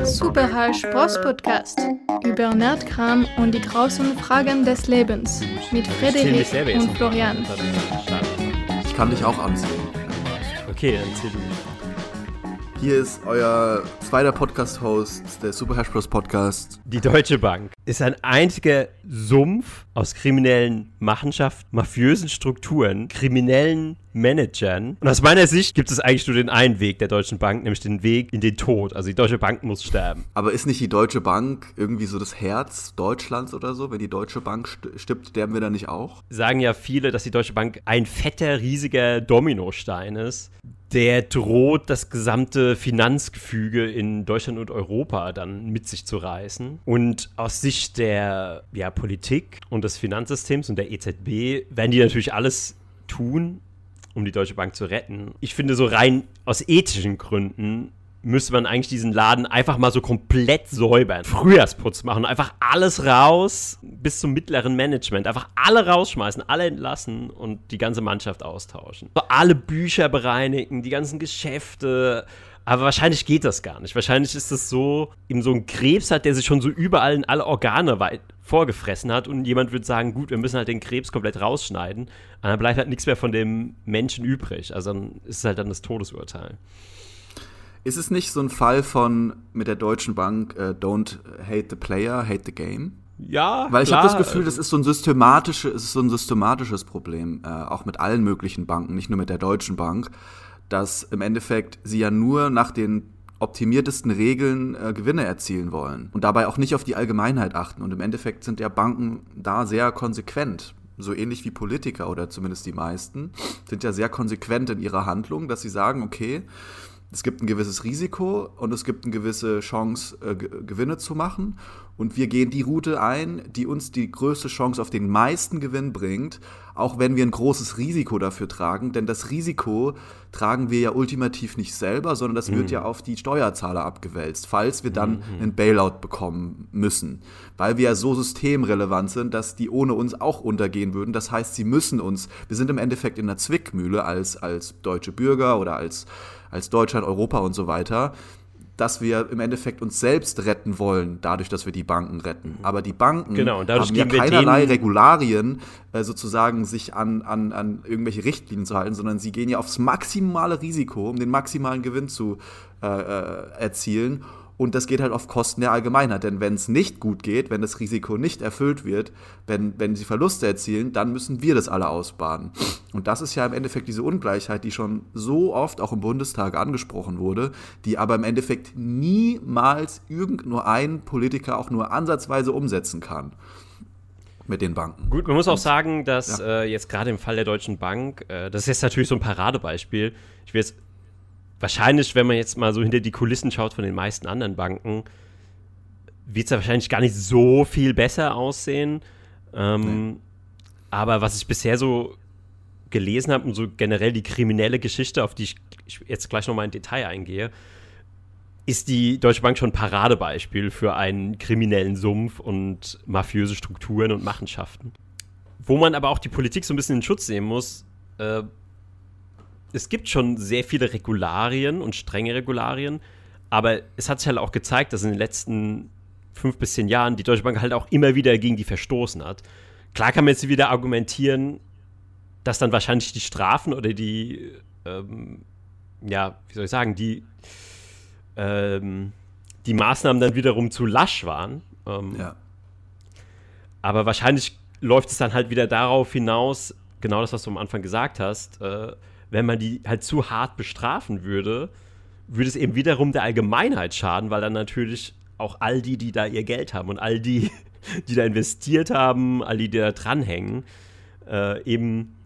Super Spross Podcast über Nerdkram und die großen Fragen des Lebens mit Frederik und Florian. Ich kann dich auch anziehen. Okay, dann zieh du. Hier ist euer zweiter Podcast-Host, der Super Spross Podcast. Die Deutsche Bank ist ein einziger Sumpf aus kriminellen Machenschaften, mafiösen Strukturen, kriminellen Managern. Und aus meiner Sicht gibt es eigentlich nur den einen Weg der Deutschen Bank, nämlich den Weg in den Tod. Also die Deutsche Bank muss sterben. Aber ist nicht die Deutsche Bank irgendwie so das Herz Deutschlands oder so? Wenn die Deutsche Bank stirbt, sterben wir dann nicht auch? Sagen ja viele, dass die Deutsche Bank ein fetter, riesiger Dominostein ist, der droht, das gesamte Finanzgefüge in Deutschland und Europa dann mit sich zu reißen. Und aus Sicht der Politik und des Finanzsystems und der EZB werden die natürlich alles tun, um die Deutsche Bank zu retten. Ich finde, so rein aus ethischen Gründen müsste man eigentlich diesen Laden einfach mal so komplett säubern. Frühjahrsputz machen, einfach alles raus, bis zum mittleren Management. Einfach alle rausschmeißen, alle entlassen und die ganze Mannschaft austauschen. So alle Bücher bereinigen, die ganzen Geschäfte. Aber wahrscheinlich geht das gar nicht. Wahrscheinlich ist es so, eben so ein Krebs hat, der sich schon so überall in alle Organe vorgefressen hat und jemand würde sagen, gut, wir müssen halt den Krebs komplett rausschneiden. Und dann bleibt halt nichts mehr von dem Menschen übrig. Also dann ist es halt dann das Todesurteil. Ist es nicht so ein Fall von mit der Deutschen Bank, don't hate the player, hate the game? Ja, weil ich habe das Gefühl, das ist so ein systematisches Problem, auch mit allen möglichen Banken, nicht nur mit der Deutschen Bank, dass im Endeffekt sie ja nur nach den optimiertesten Regeln Gewinne erzielen wollen und dabei auch nicht auf die Allgemeinheit achten. Und im Endeffekt sind ja Banken da sehr konsequent. So ähnlich wie Politiker oder zumindest die meisten, sind ja sehr konsequent in ihrer Handlung, dass sie sagen, okay, es gibt ein gewisses Risiko und es gibt eine gewisse Chance, Gewinne zu machen. Und wir gehen die Route ein, die uns die größte Chance auf den meisten Gewinn bringt, auch wenn wir ein großes Risiko dafür tragen. Denn das Risiko tragen wir ja ultimativ nicht selber, sondern das wird ja auf die Steuerzahler abgewälzt, falls wir dann einen Bailout bekommen müssen. Weil wir ja so systemrelevant sind, dass die ohne uns auch untergehen würden. Das heißt, wir sind im Endeffekt in einer Zwickmühle als deutsche Bürger oder als Deutschland, Europa und so weiter, dass wir im Endeffekt uns selbst retten wollen, dadurch, dass wir die Banken retten. Aber die Banken haben ja keinerlei Regularien, sozusagen sich an irgendwelche Richtlinien zu halten, sondern sie gehen ja aufs maximale Risiko, um den maximalen Gewinn zu erzielen. Und das geht halt auf Kosten der Allgemeinheit. Denn wenn es nicht gut geht, wenn das Risiko nicht erfüllt wird, wenn sie Verluste erzielen, dann müssen wir das alle ausbaden. Und das ist ja im Endeffekt diese Ungleichheit, die schon so oft auch im Bundestag angesprochen wurde, die aber im Endeffekt niemals nur ein Politiker auch nur ansatzweise umsetzen kann mit den Banken. Gut, man muss auch sagen, dass jetzt gerade im Fall der Deutschen Bank, das ist jetzt natürlich so ein Paradebeispiel, ich will jetzt wahrscheinlich, wenn man jetzt mal so hinter die Kulissen schaut von den meisten anderen Banken, wird es ja wahrscheinlich gar nicht so viel besser aussehen. Aber was ich bisher so gelesen habe und so generell die kriminelle Geschichte, auf die ich jetzt gleich nochmal in Detail eingehe, ist die Deutsche Bank schon ein Paradebeispiel für einen kriminellen Sumpf und mafiöse Strukturen und Machenschaften. Wo man aber auch die Politik so ein bisschen in Schutz nehmen muss, es gibt schon sehr viele Regularien und strenge Regularien, aber es hat sich halt auch gezeigt, dass in den letzten 5 bis 10 Jahren die Deutsche Bank halt auch immer wieder gegen die verstoßen hat. Klar kann man jetzt wieder argumentieren, dass dann wahrscheinlich die Strafen oder die, die Maßnahmen dann wiederum zu lasch waren. Aber wahrscheinlich läuft es dann halt wieder darauf hinaus, genau das, was du am Anfang gesagt hast, wenn man die halt zu hart bestrafen würde es eben wiederum der Allgemeinheit schaden, weil dann natürlich auch all die da ihr Geld haben und all die da investiert haben, all die da dranhängen, eben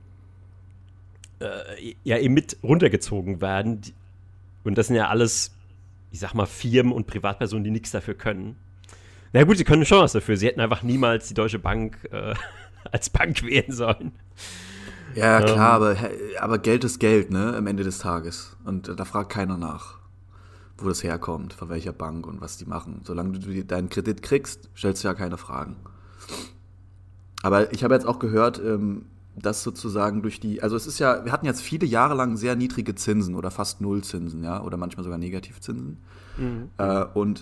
mit runtergezogen werden. Und das sind ja alles, ich sag mal, Firmen und Privatpersonen, die nichts dafür können. Na gut, sie können schon was dafür. Sie hätten einfach niemals die Deutsche Bank als Bank wählen sollen. Ja, klar, aber Geld ist Geld, ne, am Ende des Tages. Und da fragt keiner nach, wo das herkommt, von welcher Bank und was die machen. Solange du deinen Kredit kriegst, stellst du ja keine Fragen. Aber ich habe jetzt auch gehört, dass sozusagen also es ist ja, wir hatten jetzt viele Jahre lang sehr niedrige Zinsen oder fast Nullzinsen, ja, oder manchmal sogar Negativzinsen. Und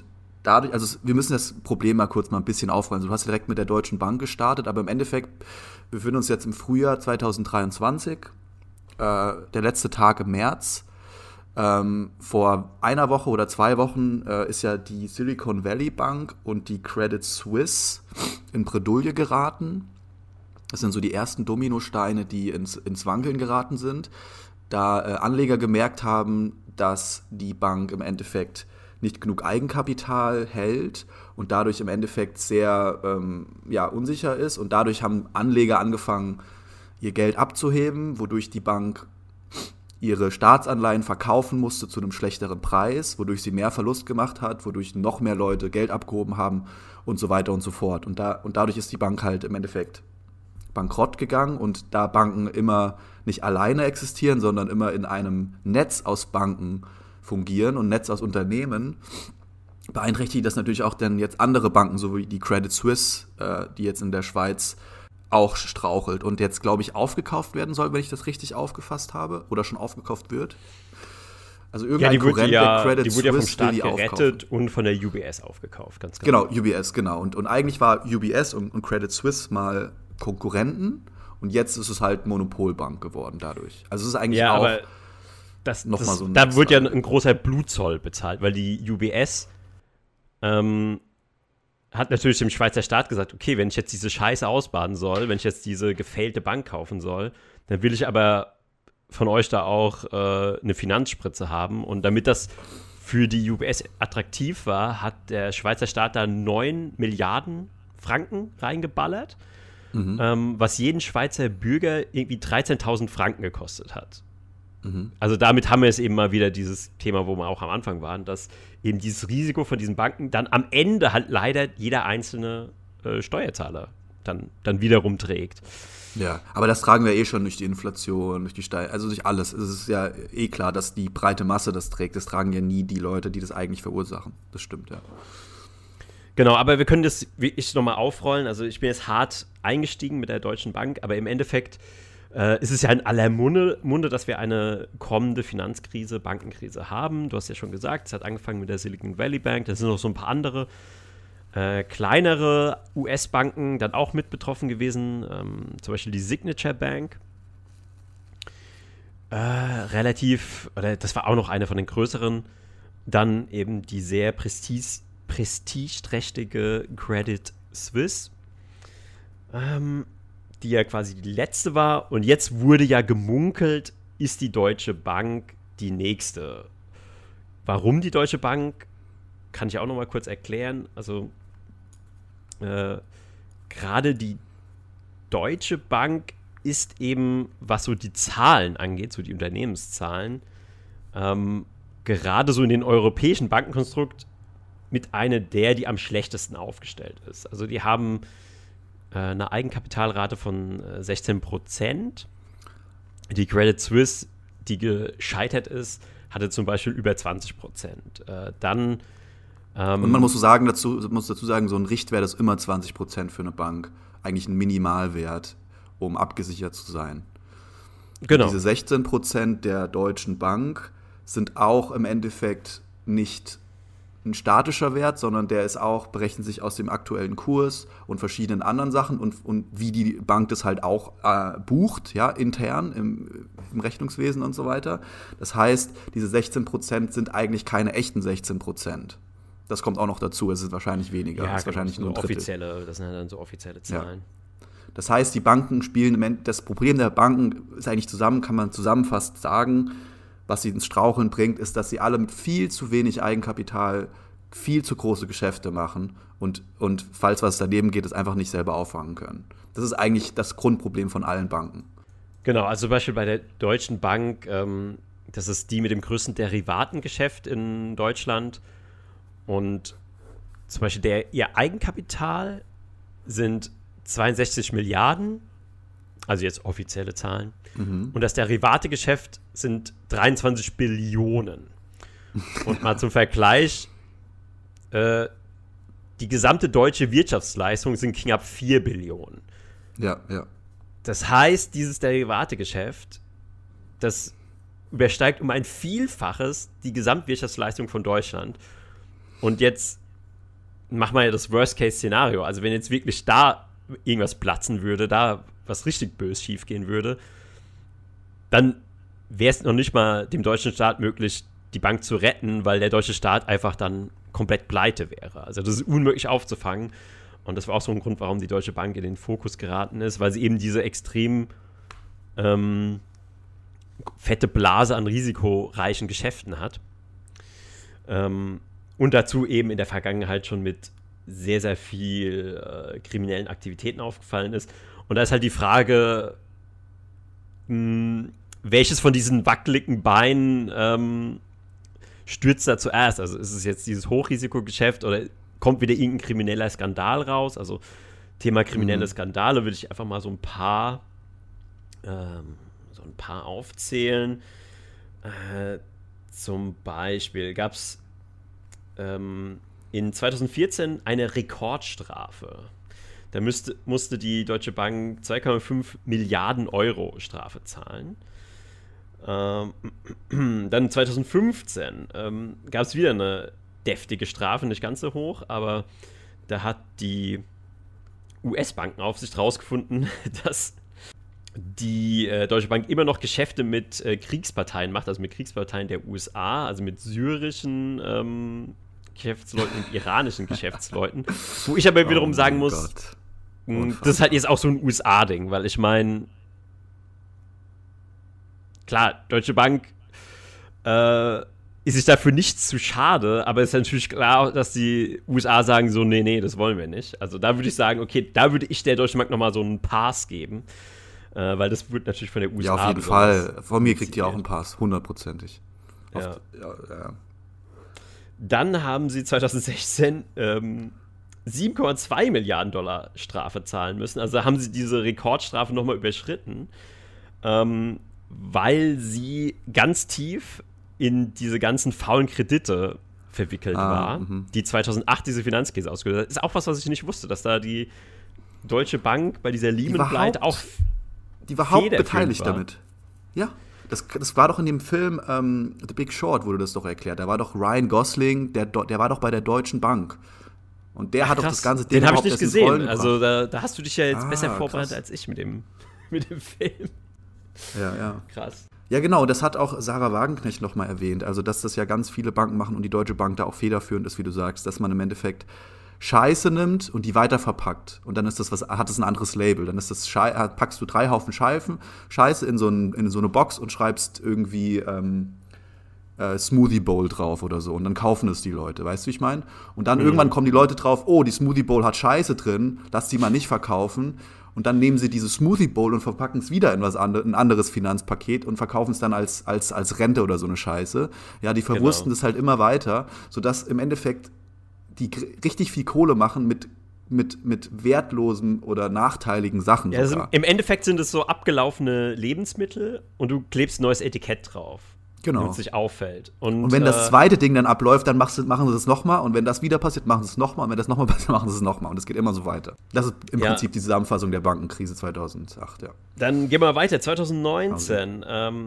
dadurch, also wir müssen das Problem mal kurz ein bisschen aufrollen. Also du hast direkt mit der Deutschen Bank gestartet, aber im Endeffekt, wir befinden uns jetzt im Frühjahr 2023, der letzte Tag im März. Vor einer Woche oder 2 Wochen ist ja die Silicon Valley Bank und die Credit Suisse in Bredouille geraten. Das sind so die ersten Dominosteine, die ins Wankeln geraten sind, da Anleger gemerkt haben, dass die Bank im Endeffekt nicht genug Eigenkapital hält und dadurch im Endeffekt sehr unsicher ist. Und dadurch haben Anleger angefangen, ihr Geld abzuheben, wodurch die Bank ihre Staatsanleihen verkaufen musste zu einem schlechteren Preis, wodurch sie mehr Verlust gemacht hat, wodurch noch mehr Leute Geld abgehoben haben und so weiter und so fort. Und dadurch ist die Bank halt im Endeffekt bankrott gegangen. Und da Banken immer nicht alleine existieren, sondern immer in einem Netz aus Banken fungieren und Netz aus Unternehmen, beeinträchtigt das natürlich auch dann jetzt andere Banken, so wie die Credit Suisse, die jetzt in der Schweiz auch strauchelt und jetzt, glaube ich, aufgekauft werden soll, wenn ich das richtig aufgefasst habe, oder schon aufgekauft wird. Also irgendein Konkurrent der Credit Suisse, die wurde ja vom Staat gerettet und von der UBS aufgekauft, ganz genau. Genau, UBS, genau. Und eigentlich war UBS und Credit Suisse mal Konkurrenten und jetzt ist es halt Monopolbank geworden dadurch. Also es ist eigentlich auch aber da wird ja ein großer Blutzoll bezahlt, weil die UBS hat natürlich dem Schweizer Staat gesagt, okay, wenn ich jetzt diese Scheiße ausbaden soll, wenn ich jetzt diese gefailte Bank kaufen soll, dann will ich aber von euch da auch eine Finanzspritze haben. Und damit das für die UBS attraktiv war, hat der Schweizer Staat da 9 Milliarden Franken reingeballert, was jeden Schweizer Bürger irgendwie 13.000 Franken gekostet hat. Also damit haben wir es eben mal wieder dieses Thema, wo wir auch am Anfang waren, dass eben dieses Risiko von diesen Banken dann am Ende halt leider jeder einzelne Steuerzahler dann wiederum trägt. Ja, aber das tragen wir eh schon durch die Inflation, durch die also durch alles. Es ist ja eh klar, dass die breite Masse das trägt. Das tragen ja nie die Leute, die das eigentlich verursachen. Das stimmt, ja. Genau, aber wir können das wirklich nochmal aufrollen. Also ich bin jetzt hart eingestiegen mit der Deutschen Bank, aber im Endeffekt ist es ja in aller Munde, dass wir eine kommende Finanzkrise, Bankenkrise haben. Du hast ja schon gesagt, es hat angefangen mit der Silicon Valley Bank, da sind noch so ein paar andere kleinere US-Banken dann auch mit betroffen gewesen, zum Beispiel die Signature Bank. Das war auch noch eine von den größeren. Dann eben die sehr prestigeträchtige Credit Suisse, die ja quasi die letzte war. Und jetzt wurde ja gemunkelt, ist die Deutsche Bank die nächste. Warum die Deutsche Bank, kann ich auch noch mal kurz erklären. Also gerade die Deutsche Bank ist eben, was so die Zahlen angeht, so die Unternehmenszahlen, gerade so in den europäischen Bankenkonstrukt mit einer die am schlechtesten aufgestellt ist. Also die haben eine Eigenkapitalrate von 16%. Die Credit Suisse, die gescheitert ist, hatte zum Beispiel über 20%. Und man muss dazu sagen, so ein Richtwert ist immer 20% für eine Bank. Eigentlich ein Minimalwert, um abgesichert zu sein. Genau. Und diese 16% der Deutschen Bank sind auch im Endeffekt nicht ein statischer Wert, sondern der ist auch, berechnet sich aus dem aktuellen Kurs und verschiedenen anderen Sachen und wie die Bank das halt auch bucht, ja, intern im Rechnungswesen und so weiter. Das heißt, diese 16% sind eigentlich keine echten 16%. Das kommt auch noch dazu, es ist wahrscheinlich weniger. Ja, das ist wahrscheinlich nur ein Drittel. Das sind dann so offizielle Zahlen. Ja. Das heißt, die Banken spielen, das Problem der Banken ist eigentlich kann man zusammenfassend sagen, was sie ins Straucheln bringt, ist, dass sie alle mit viel zu wenig Eigenkapital viel zu große Geschäfte machen und falls was daneben geht, es einfach nicht selber auffangen können. Das ist eigentlich das Grundproblem von allen Banken. Genau, also zum Beispiel bei der Deutschen Bank, das ist die mit dem größten Derivatengeschäft in Deutschland. Und zum Beispiel ihr Eigenkapital sind 62 Milliarden, also jetzt offizielle Zahlen. Und das Derivategeschäft sind 23 Billionen. Und mal zum Vergleich, die gesamte deutsche Wirtschaftsleistung sind knapp 4 Billionen. Ja, ja. Das heißt, dieses Derivategeschäft, das übersteigt um ein Vielfaches die Gesamtwirtschaftsleistung von Deutschland. Und jetzt mach mal ja das Worst-Case-Szenario. Also wenn jetzt wirklich da irgendwas platzen würde, da was richtig böse schief gehen würde, dann wäre es noch nicht mal dem deutschen Staat möglich, die Bank zu retten, weil der deutsche Staat einfach dann komplett pleite wäre. Also das ist unmöglich aufzufangen. Und das war auch so ein Grund, warum die Deutsche Bank in den Fokus geraten ist, weil sie eben diese extrem fette Blase an risikoreichen Geschäften hat. Und dazu eben in der Vergangenheit schon mit sehr, sehr viel kriminellen Aktivitäten aufgefallen ist. Und da ist halt die Frage, welches von diesen wackeligen Beinen stürzt da zuerst? Also ist es jetzt dieses Hochrisikogeschäft oder kommt wieder irgendein krimineller Skandal raus? Also Thema kriminelle Skandale würde ich einfach mal so ein paar aufzählen. Zum Beispiel gab es in 2014 eine Rekordstrafe. Da musste die Deutsche Bank 2,5 Milliarden Euro Strafe zahlen. Dann 2015 gab es wieder eine deftige Strafe, nicht ganz so hoch, aber da hat die US-Bankenaufsicht rausgefunden, dass die Deutsche Bank immer noch Geschäfte mit Kriegsparteien macht, also mit Kriegsparteien der USA, also mit syrischen Geschäftsleuten und iranischen Geschäftsleuten. Wo ich aber wiederum sagen muss, das ist halt jetzt auch so ein USA-Ding, weil ich meine, klar, Deutsche Bank ist sich dafür nichts zu schade, aber es ist natürlich klar, dass die USA sagen so, nee, das wollen wir nicht. Also da würde ich sagen, okay, da würde ich der Deutschen Bank nochmal so einen Pass geben, weil das wird natürlich von der USA. Ja, auf jeden Fall. Von mir kriegt ihr auch einen Pass, 100%. Ja. Dann haben sie 2016 $7,2 Milliarden Strafe zahlen müssen. Also haben sie diese Rekordstrafe nochmal überschritten, weil sie ganz tief in diese ganzen faulen Kredite verwickelt war, die 2008 diese Finanzkrise ausgelöst hat. Das ist auch was ich nicht wusste, dass da die Deutsche Bank bei dieser Lehman-Pleite auch die war hauptbeteiligt damit. Ja, das war doch in dem Film The Big Short, wurde das doch erklärt. Da war doch Ryan Gosling, der war doch bei der Deutschen Bank. Und der hat doch das ganze Ding überhaupt erst ins Rollen gebracht. Also da hast du dich ja jetzt besser vorbereitet als ich mit dem Film. Ja. Krass. Ja, genau, das hat auch Sarah Wagenknecht noch mal erwähnt. Also, dass das ja ganz viele Banken machen und die Deutsche Bank da auch federführend ist, wie du sagst, dass man im Endeffekt Scheiße nimmt und die weiterverpackt. Und dann ist das hat es ein anderes Label. Dann ist das packst du 3 Haufen Scheiße in so eine Box und schreibst irgendwie Smoothie Bowl drauf oder so. Und dann kaufen es die Leute, weißt du, wie ich meine? Und dann irgendwann kommen die Leute drauf, oh, die Smoothie Bowl hat Scheiße drin, lass die mal nicht verkaufen. Und dann nehmen sie diese Smoothie Bowl und verpacken es wieder in ein anderes Finanzpaket und verkaufen es dann als Rente oder so eine Scheiße. Ja, die verwursten das halt immer weiter, sodass im Endeffekt die richtig viel Kohle machen mit wertlosen oder nachteiligen Sachen. Ja, also im Endeffekt sind es so abgelaufene Lebensmittel und du klebst ein neues Etikett drauf. Genau. Damit es nicht auffällt. Und wenn das zweite Ding dann abläuft, dann machen sie es nochmal. Und wenn das wieder passiert, machen sie es nochmal. Und wenn das nochmal passiert, machen sie es nochmal. Und es geht immer so weiter. Das ist im Prinzip die Zusammenfassung der Bankenkrise 2008, ja. Dann gehen wir weiter. 2019.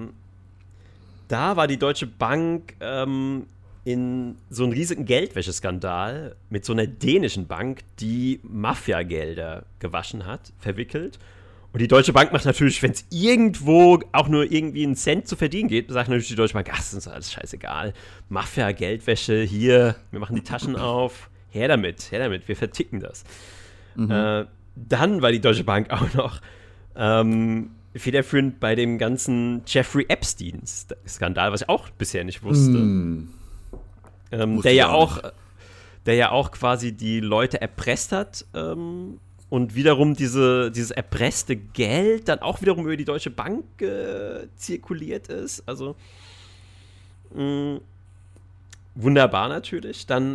Da war die Deutsche Bank in so einen riesigen Geldwäscheskandal mit so einer dänischen Bank, die Mafiagelder gewaschen hat, verwickelt. Und die Deutsche Bank macht natürlich, wenn es irgendwo auch nur irgendwie einen Cent zu verdienen geht, sagt natürlich die Deutsche Bank, das ist uns alles scheißegal. Mafia, Geldwäsche, hier, wir machen die Taschen auf, her damit, wir verticken das. Dann war die Deutsche Bank auch noch federführend bei dem ganzen Jeffrey Epstein-Skandal, was ich auch bisher nicht wusste. Der ja auch quasi die Leute erpresst hat, und wiederum dieses erpresste Geld dann auch wiederum über die Deutsche Bank zirkuliert ist. Also wunderbar natürlich. Dann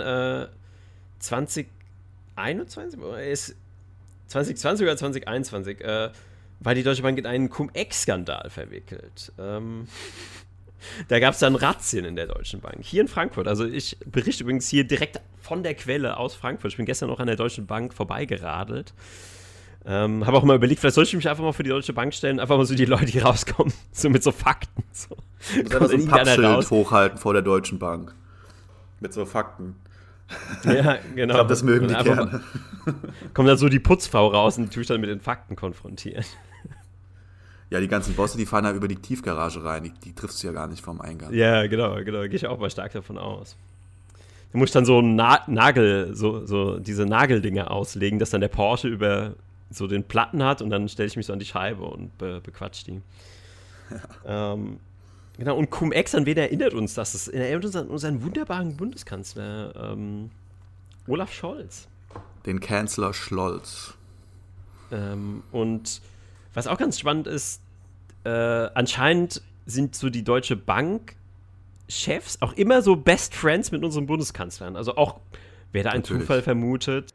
2020 oder 2021 war die Deutsche Bank in einen Cum-Ex-Skandal verwickelt. Da gab es dann Razzien in der Deutschen Bank. Hier in Frankfurt. Also ich berichte übrigens hier direkt von der Quelle aus Frankfurt. Ich bin gestern noch an der Deutschen Bank vorbeigeradelt. Habe auch mal überlegt, vielleicht sollte ich mich einfach mal für die Deutsche Bank stellen, einfach mal so die Leute, die rauskommen, so mit so Fakten. So ein Pappschild hochhalten vor der Deutschen Bank. Mit so Fakten. Ja, genau. Ich glaube, das mögen die gerne. Kommt dann so die Putzfrau raus und die tue ich dann mit den Fakten konfrontieren. Ja, die ganzen Bosse, die fahren ja über die Tiefgarage rein. Die triffst du ja gar nicht vom Eingang. Ja, genau. Gehe ich auch mal stark davon aus. Du musst dann so einen Nagel, so diese Nageldinger auslegen, dass dann der Porsche über so den Platten hat und dann stelle ich mich so an die Scheibe und bequatsch die. Ja. Genau, und Cum-Ex, an wen erinnert uns das? Das erinnert uns an unseren wunderbaren Bundeskanzler Olaf Scholz. Den Kanzler Scholz. Und was auch ganz spannend ist, anscheinend sind so die Deutsche Bank-Chefs auch immer so Best Friends mit unseren Bundeskanzlern. Also auch, wer da einen Zufall vermutet,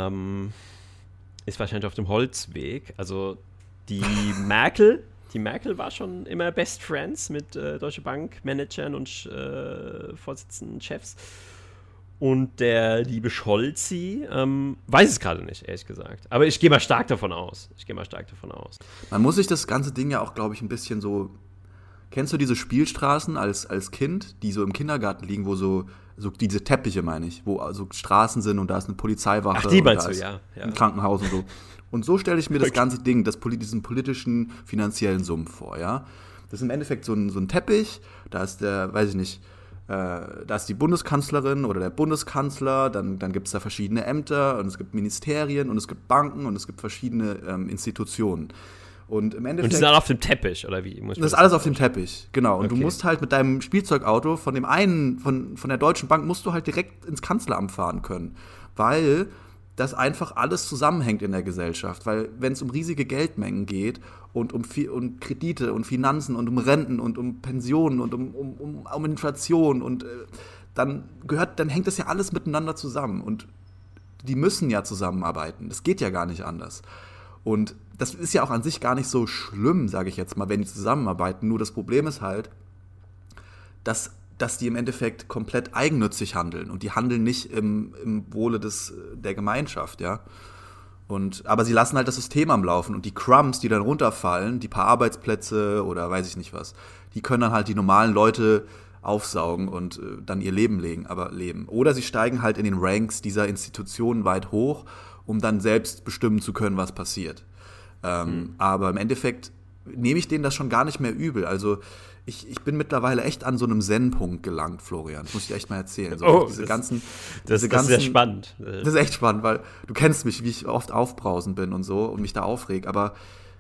ist wahrscheinlich auf dem Holzweg. Also die Merkel war schon immer Best Friends mit Deutsche Bank-Managern und Vorsitzenden, Chefs. Und der liebe Scholzi weiß es gerade nicht, ehrlich gesagt. Aber ich gehe mal stark davon aus. Man muss sich das ganze Ding ja auch, glaube ich, ein bisschen so... Kennst du diese Spielstraßen als Kind, die so im Kindergarten liegen, wo so diese Teppiche, meine ich, wo also Straßen sind und da ist eine Polizeiwache. Ach, die meinst und du, da ja. Ein Krankenhaus und so. Und so stelle ich mir das ganze Ding, diesen politischen, finanziellen Sumpf vor, ja. Das ist im Endeffekt so ein Teppich, da ist der, weiß ich nicht, da ist die Bundeskanzlerin oder der Bundeskanzler, dann gibt es da verschiedene Ämter und es gibt Ministerien und es gibt Banken und es gibt verschiedene Institutionen. Und im Endeffekt. Und die sind alle auf dem Teppich, oder wie? Das ist alles auf dem Teppich, genau. Und okay. Du musst halt mit deinem Spielzeugauto von dem einen, von der Deutschen Bank, musst du halt direkt ins Kanzleramt fahren können. Weil das einfach alles zusammenhängt in der Gesellschaft. Weil wenn es um riesige Geldmengen geht und um Kredite und Finanzen und um Renten und um Pensionen und um Inflation und dann hängt das ja alles miteinander zusammen. Und die müssen ja zusammenarbeiten. Das geht ja gar nicht anders. Und das ist ja auch an sich gar nicht so schlimm, sage ich jetzt mal, wenn die zusammenarbeiten. Nur das Problem ist halt, dass die im Endeffekt komplett eigennützig handeln. Und die handeln nicht im Wohle der Gemeinschaft, ja. Aber sie lassen halt das System am Laufen. Und die Crumbs, die dann runterfallen, die paar Arbeitsplätze oder weiß ich nicht was, die können dann halt die normalen Leute aufsaugen und dann ihr Leben leben. Oder sie steigen halt in den Ranks dieser Institutionen weit hoch, um dann selbst bestimmen zu können, was passiert. Aber im Endeffekt nehme ich denen das schon gar nicht mehr übel. Also ich bin mittlerweile echt an so einem Zen-Punkt gelangt, Florian. Das muss ich dir echt mal erzählen. So, das ist sehr spannend. Das ist echt spannend, weil du kennst mich, wie ich oft aufbrausend bin und so und mich da aufreg. Aber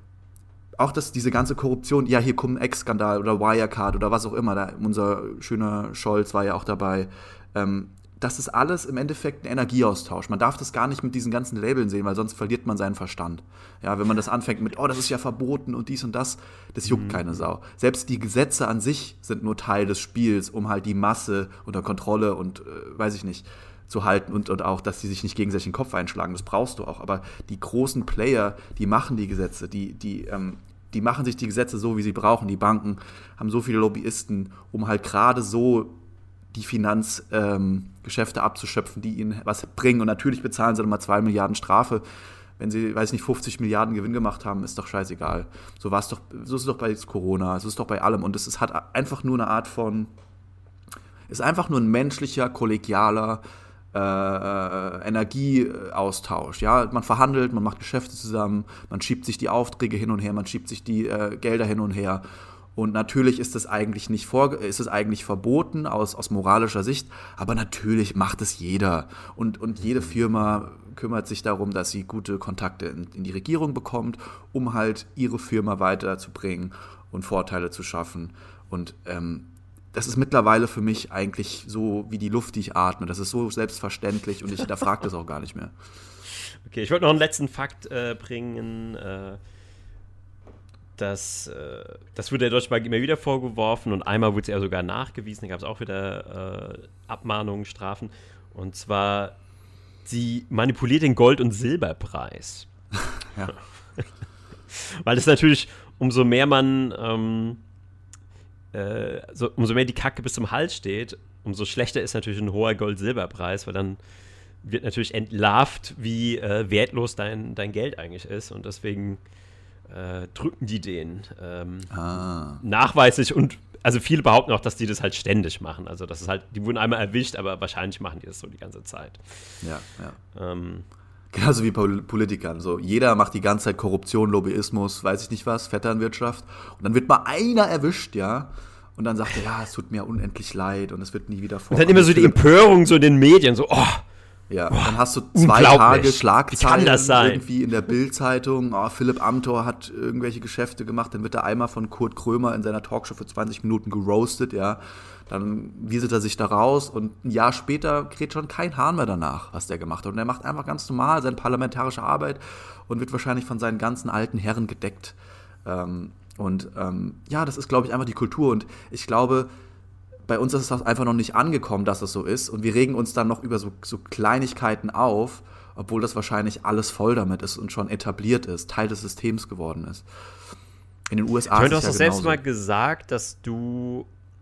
auch diese ganze Korruption, ja, hier kommt ein Ex-Skandal oder Wirecard oder was auch immer, unser schöner Scholz war ja auch dabei. Das ist alles im Endeffekt ein Energieaustausch. Man darf das gar nicht mit diesen ganzen Labeln sehen, weil sonst verliert man seinen Verstand. Ja, wenn man das anfängt mit, das ist ja verboten und dies und das juckt keine Sau. Selbst die Gesetze an sich sind nur Teil des Spiels, um halt die Masse unter Kontrolle und, weiß ich nicht, zu halten und auch, dass die sich nicht gegenseitig den Kopf einschlagen. Das brauchst du auch. Aber die großen Player, die machen die Gesetze, die machen sich die Gesetze so, wie sie brauchen. Die Banken haben so viele Lobbyisten, um halt gerade so die Finanzgeschäfte abzuschöpfen, die ihnen was bringen. Und natürlich bezahlen sie dann mal 2 Milliarden Strafe. Wenn sie, 50 Milliarden Gewinn gemacht haben, ist doch scheißegal. So ist es doch bei Corona, so ist es doch bei allem. Und es hat einfach nur eine Art von, ist einfach nur ein menschlicher, kollegialer Energieaustausch. Ja? Man verhandelt, man macht Geschäfte zusammen, man schiebt sich die Aufträge hin und her, man schiebt sich die Gelder hin und her. Und natürlich ist es eigentlich verboten aus moralischer Sicht, aber natürlich macht es jeder. Und jede Firma kümmert sich darum, dass sie gute Kontakte in die Regierung bekommt, um halt ihre Firma weiterzubringen und Vorteile zu schaffen. Und das ist mittlerweile für mich eigentlich so wie die Luft, die ich atme. Das ist so selbstverständlich und ich hinterfrage das auch gar nicht mehr. Okay, ich wollte noch einen letzten Fakt bringen. Das wurde der Deutschen Bank immer wieder vorgeworfen und einmal wurde es ja sogar nachgewiesen, da gab es auch wieder Abmahnungen, Strafen. Und zwar, sie manipuliert den Gold- und Silberpreis. Ja. Weil das natürlich, umso mehr man, umso mehr die Kacke bis zum Hals steht, umso schlechter ist natürlich ein hoher Gold-Silberpreis, weil dann wird natürlich entlarvt, wie wertlos dein Geld eigentlich ist und deswegen drücken die den nachweislich und also viele behaupten auch, dass die das halt ständig machen. Also das ist halt, die wurden einmal erwischt, aber wahrscheinlich machen die das so die ganze Zeit. Ja. Genauso wie Politikern. So, jeder macht die ganze Zeit Korruption, Lobbyismus, weiß ich nicht was, Vetternwirtschaft. Und dann wird mal einer erwischt, ja. Und dann sagt er, ja, es tut mir unendlich leid und es wird nie wieder vorkommen. Und dann immer so die Empörung so in den Medien, so, ja, dann hast du 2 Tage Schlagzeilen sein? Irgendwie in der Bild-Zeitung. Philipp Amthor hat irgendwelche Geschäfte gemacht. Dann wird er einmal von Kurt Krömer in seiner Talkshow für 20 Minuten geroastet, ja. Dann wieselt er sich da raus und ein Jahr später kräht schon kein Hahn mehr danach, was der gemacht hat. Und er macht einfach ganz normal seine parlamentarische Arbeit und wird wahrscheinlich von seinen ganzen alten Herren gedeckt. Das ist, glaube ich, einfach die Kultur. Und ich glaube, bei uns ist es einfach noch nicht angekommen, dass es so ist. Und wir regen uns dann noch über so Kleinigkeiten auf, obwohl das wahrscheinlich alles voll damit ist und schon etabliert ist, Teil des Systems geworden ist. In den USA ist es ja genauso. Du hast doch selbst mal gesagt, dass du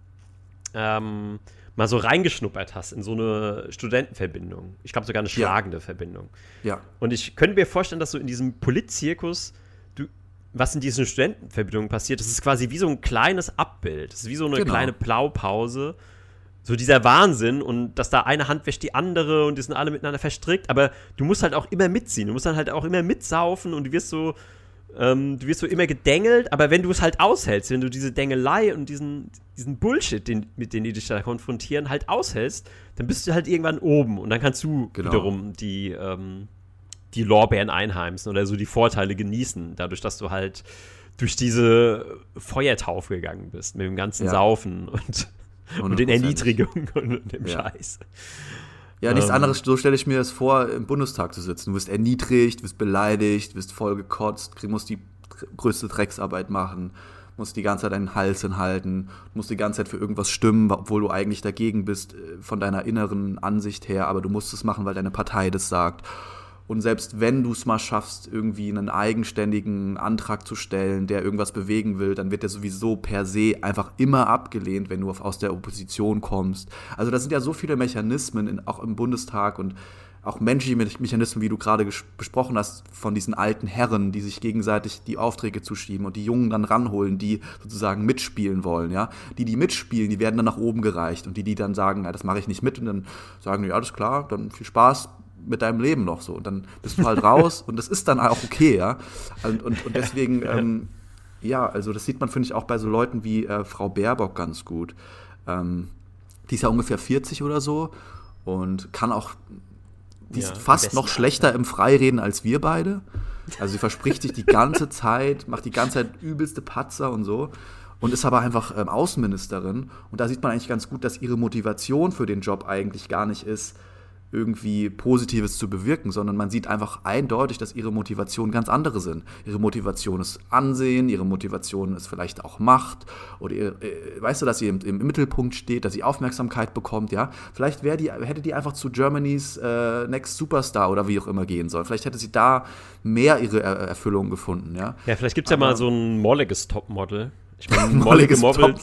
mal so reingeschnuppert hast in so eine Studentenverbindung. Ich glaube sogar eine schlagende Verbindung. Ja. Und ich könnte mir vorstellen, dass so in diesem Politzirkus was in diesen Studentenverbindungen passiert, das ist quasi wie so ein kleines Abbild. Das ist wie so eine kleine Blaupause. So dieser Wahnsinn und dass da eine Hand wäscht die andere und die sind alle miteinander verstrickt. Aber du musst halt auch immer mitziehen. Du musst dann halt auch immer mitsaufen und du wirst so immer gedengelt. Aber wenn du es halt aushältst, wenn du diese Dengelei und diesen Bullshit, mit dem die dich da konfrontieren, halt aushältst, dann bist du halt irgendwann oben. Und dann kannst du wiederum die Lorbeeren einheimsen oder so die Vorteile genießen, dadurch, dass du halt durch diese Feuertaufe gegangen bist, mit dem ganzen Saufen und den Erniedrigungen und dem Scheiß. Ja, nichts anderes, so stelle ich mir das vor, im Bundestag zu sitzen. Du wirst erniedrigt, wirst beleidigt, wirst voll gekotzt, musst die größte Drecksarbeit machen, musst die ganze Zeit deinen Hals hinhalten, musst die ganze Zeit für irgendwas stimmen, obwohl du eigentlich dagegen bist, von deiner inneren Ansicht her, aber du musst es machen, weil deine Partei das sagt. Und selbst wenn du es mal schaffst, irgendwie einen eigenständigen Antrag zu stellen, der irgendwas bewegen will, dann wird der sowieso per se einfach immer abgelehnt, wenn du aus der Opposition kommst. Also das sind ja so viele Mechanismen, auch im Bundestag und auch menschliche Mechanismen, wie du gerade besprochen hast, von diesen alten Herren, die sich gegenseitig die Aufträge zuschieben und die Jungen dann ranholen, die sozusagen mitspielen wollen. Ja? Die mitspielen, die werden dann nach oben gereicht und die dann sagen, na, das mache ich nicht mit und dann sagen die, ja, alles klar, dann viel Spaß mit deinem Leben noch so. Und dann bist du halt raus und das ist dann auch okay, ja. Und deswegen, also das sieht man, finde ich, auch bei so Leuten wie Frau Baerbock ganz gut. Die ist ja ungefähr 40 oder so und kann auch, die ist fast noch schlechter im Freireden als wir beide. Also sie verspricht sich die ganze Zeit, macht die ganze Zeit übelste Patzer und so. Und ist aber einfach Außenministerin. Und da sieht man eigentlich ganz gut, dass ihre Motivation für den Job eigentlich gar nicht ist, irgendwie Positives zu bewirken, sondern man sieht einfach eindeutig, dass ihre Motivationen ganz andere sind. Ihre Motivation ist Ansehen, ihre Motivation ist vielleicht auch Macht oder weißt du, dass sie im Mittelpunkt steht, dass sie Aufmerksamkeit bekommt, ja. Vielleicht hätte die einfach zu Germany's Next Superstar oder wie auch immer gehen sollen. Vielleicht hätte sie da mehr ihre Erfüllung gefunden, ja. Ja, vielleicht gibt es ja mal so ein molliges Topmodel. Ich meine, molliges Model.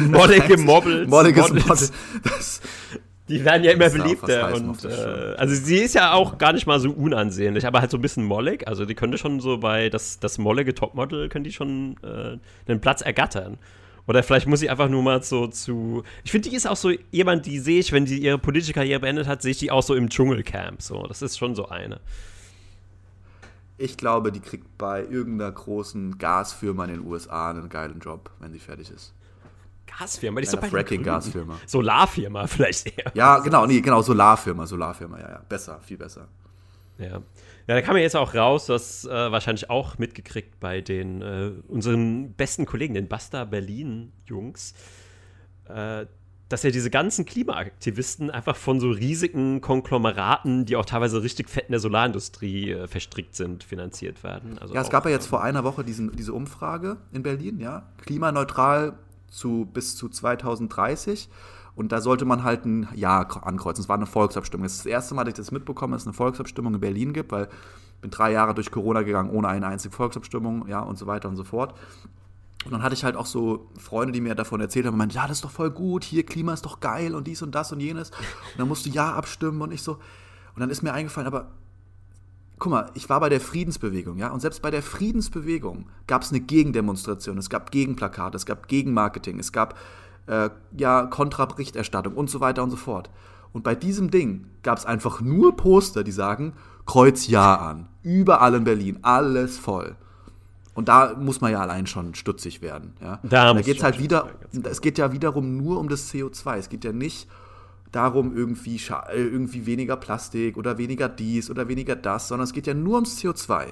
Die werden ja immer beliebter und also sie ist ja auch gar nicht mal so unansehnlich, aber halt so ein bisschen mollig, also die könnte schon so bei das mollige Topmodel, können die schon einen Platz ergattern. Oder vielleicht muss sie einfach nur mal so ich finde, die ist auch so jemand, die sehe ich, wenn sie ihre politische Karriere beendet hat, sehe ich die auch so im Dschungelcamp, so, das ist schon so eine. Ich glaube, die kriegt bei irgendeiner großen Gasfirma in den USA einen geilen Job, wenn sie fertig ist. Gasfirma, die ist doch bei Fracking-Gasfirma. Solarfirma vielleicht eher. Ja, genau, Solarfirma, ja, besser, viel besser. Ja, da kam ja jetzt auch raus, du hast wahrscheinlich auch mitgekriegt bei den unseren besten Kollegen, den Basta Berlin-Jungs, dass ja diese ganzen Klimaaktivisten einfach von so riesigen Konglomeraten, die auch teilweise richtig fett in der Solarindustrie verstrickt sind, finanziert werden. Also ja, es gab ja jetzt vor einer Woche diese Umfrage in Berlin, ja, klimaneutral bis zu 2030 und da sollte man halt ein Ja ankreuzen. Es war eine Volksabstimmung. Das ist das erste Mal, dass ich das mitbekomme, dass es eine Volksabstimmung in Berlin gibt, weil ich bin 3 Jahre durch Corona gegangen, ohne eine einzige Volksabstimmung, ja, und so weiter und so fort. Und dann hatte ich halt auch so Freunde, die mir davon erzählt haben und meinten, ja, das ist doch voll gut, hier, Klima ist doch geil und dies und das und jenes. Und dann musst du Ja abstimmen und ich so. Und dann ist mir eingefallen, aber guck mal, ich war bei der Friedensbewegung, ja, und selbst bei der Friedensbewegung gab es eine Gegendemonstration, es gab Gegenplakate, es gab Gegenmarketing, es gab Kontraberichterstattung und so weiter und so fort. Und bei diesem Ding gab es einfach nur Poster, die sagen, Kreuz Ja an. Überall in Berlin, alles voll. Und da muss man ja allein schon stutzig werden. Ja? Da geht's halt wieder, es geht ja wiederum nur um das CO2. Es geht ja nicht darum, irgendwie weniger Plastik oder weniger dies oder weniger das, sondern es geht ja nur ums CO2.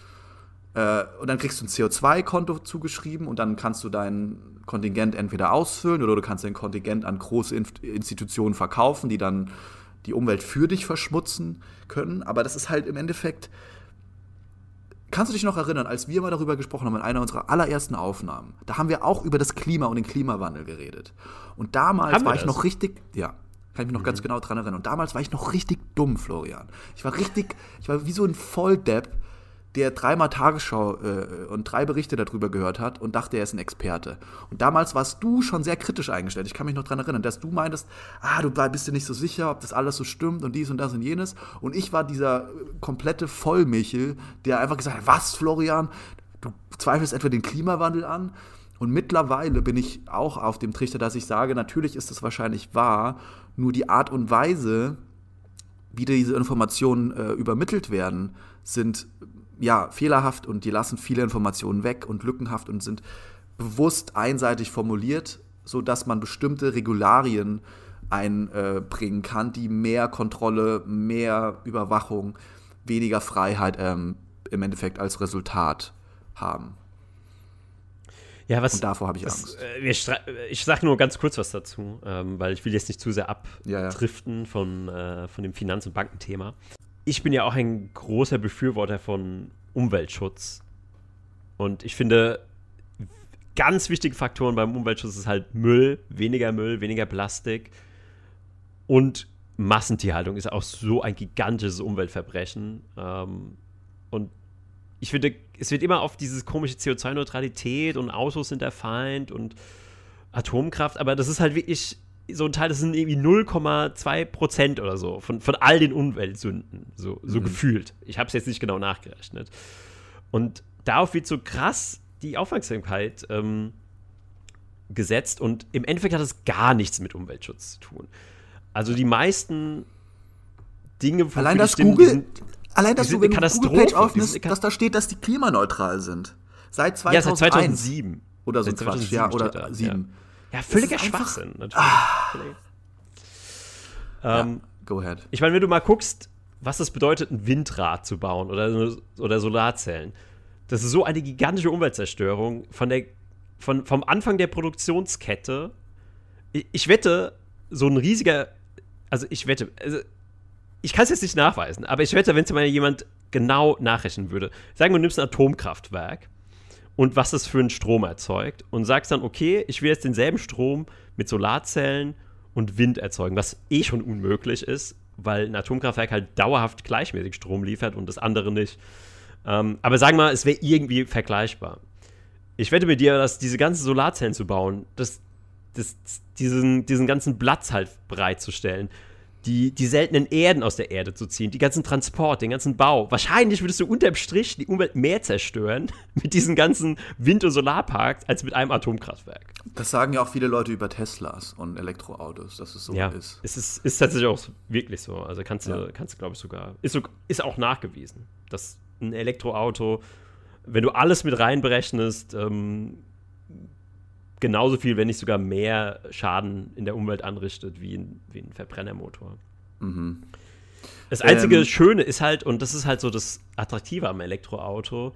Und dann kriegst du ein CO2-Konto zugeschrieben und dann kannst du dein Kontingent entweder ausfüllen oder du kannst dein Kontingent an große Institutionen verkaufen, die dann die Umwelt für dich verschmutzen können. Aber das ist halt im Endeffekt. Kannst du dich noch erinnern, als wir mal darüber gesprochen haben in einer unserer allerersten Aufnahmen? Da haben wir auch über das Klima und den Klimawandel geredet. Und damals war ich noch richtig. Ja. Kann ich mich noch ganz genau dran erinnern. Und damals war ich noch richtig dumm, Florian. Ich war wie so ein Volldepp, der 3-mal Tagesschau und 3 Berichte darüber gehört hat und dachte, er ist ein Experte. Und damals warst du schon sehr kritisch eingestellt. Ich kann mich noch daran erinnern, dass du meintest, du bist dir nicht so sicher, ob das alles so stimmt und dies und das und jenes. Und ich war dieser komplette Vollmichel, der einfach gesagt hat, was, Florian, du zweifelst etwa den Klimawandel an? Und mittlerweile bin ich auch auf dem Trichter, dass ich sage, natürlich ist das wahrscheinlich wahr, nur die Art und Weise, wie diese Informationen übermittelt werden, sind fehlerhaft und die lassen viele Informationen weg und lückenhaft und sind bewusst einseitig formuliert, sodass man bestimmte Regularien einbringen kann, die mehr Kontrolle, mehr Überwachung, weniger Freiheit im Endeffekt als Resultat haben. Ja, und davor habe ich Angst. Ich sage nur ganz kurz was dazu, weil ich will jetzt nicht zu sehr abdriften von dem Finanz- und Bankenthema. Ich bin ja auch ein großer Befürworter von Umweltschutz. Und ich finde, ganz wichtige Faktoren beim Umweltschutz ist halt Müll, weniger Plastik. Und Massentierhaltung ist auch so ein gigantisches Umweltverbrechen. Und ich finde, es wird immer auf diese komische CO2-Neutralität und Autos sind der Feind und Atomkraft, aber das ist halt wirklich so ein Teil, das sind irgendwie 0,2% oder so von all den Umweltsünden, so gefühlt. Ich habe es jetzt nicht genau nachgerechnet. Und darauf wird so krass die Aufmerksamkeit gesetzt und im Endeffekt hat es gar nichts mit Umweltschutz zu tun. Also die meisten Dinge, allein dass du, wenn du Google-Page aufnimmst, dass da steht, dass die klimaneutral sind. Seit 2001. Ja, seit 2007. Oder so Quatsch, ja, oder 2007. Ja, völliger Schwachsinn, natürlich. Go ahead. Ich meine, wenn du mal guckst, was das bedeutet, ein Windrad zu bauen oder Solarzellen, das ist so eine gigantische Umweltzerstörung vom Anfang der Produktionskette. Ich wette, so ein riesiger, ich kann es jetzt nicht nachweisen, aber ich wette, wenn es mal jemand genau nachrechnen würde, sagen wir, du nimmst ein Atomkraftwerk und was das für einen Strom erzeugt und sagst dann, okay, ich will jetzt denselben Strom mit Solarzellen und Wind erzeugen, was schon unmöglich ist, weil ein Atomkraftwerk halt dauerhaft gleichmäßig Strom liefert und das andere nicht. Aber sagen wir mal, es wäre irgendwie vergleichbar. Ich wette mit dir, dass diese ganzen Solarzellen zu bauen, diesen ganzen Platz halt bereitzustellen, die seltenen Erden aus der Erde zu ziehen, die ganzen Transport, den ganzen Bau. Wahrscheinlich würdest du unterm Strich die Umwelt mehr zerstören mit diesen ganzen Wind- und Solarparks als mit einem Atomkraftwerk. Das sagen ja auch viele Leute über Teslas und Elektroautos, dass es so ist. Es ist tatsächlich auch wirklich so. Also kannst du glaube ich, sogar. Ist auch nachgewiesen, dass ein Elektroauto, wenn du alles mit reinberechnest, genauso viel, wenn nicht sogar mehr Schaden in der Umwelt anrichtet wie ein Verbrennermotor. Mhm. Das einzige Schöne ist halt, und das ist halt so das Attraktive am Elektroauto,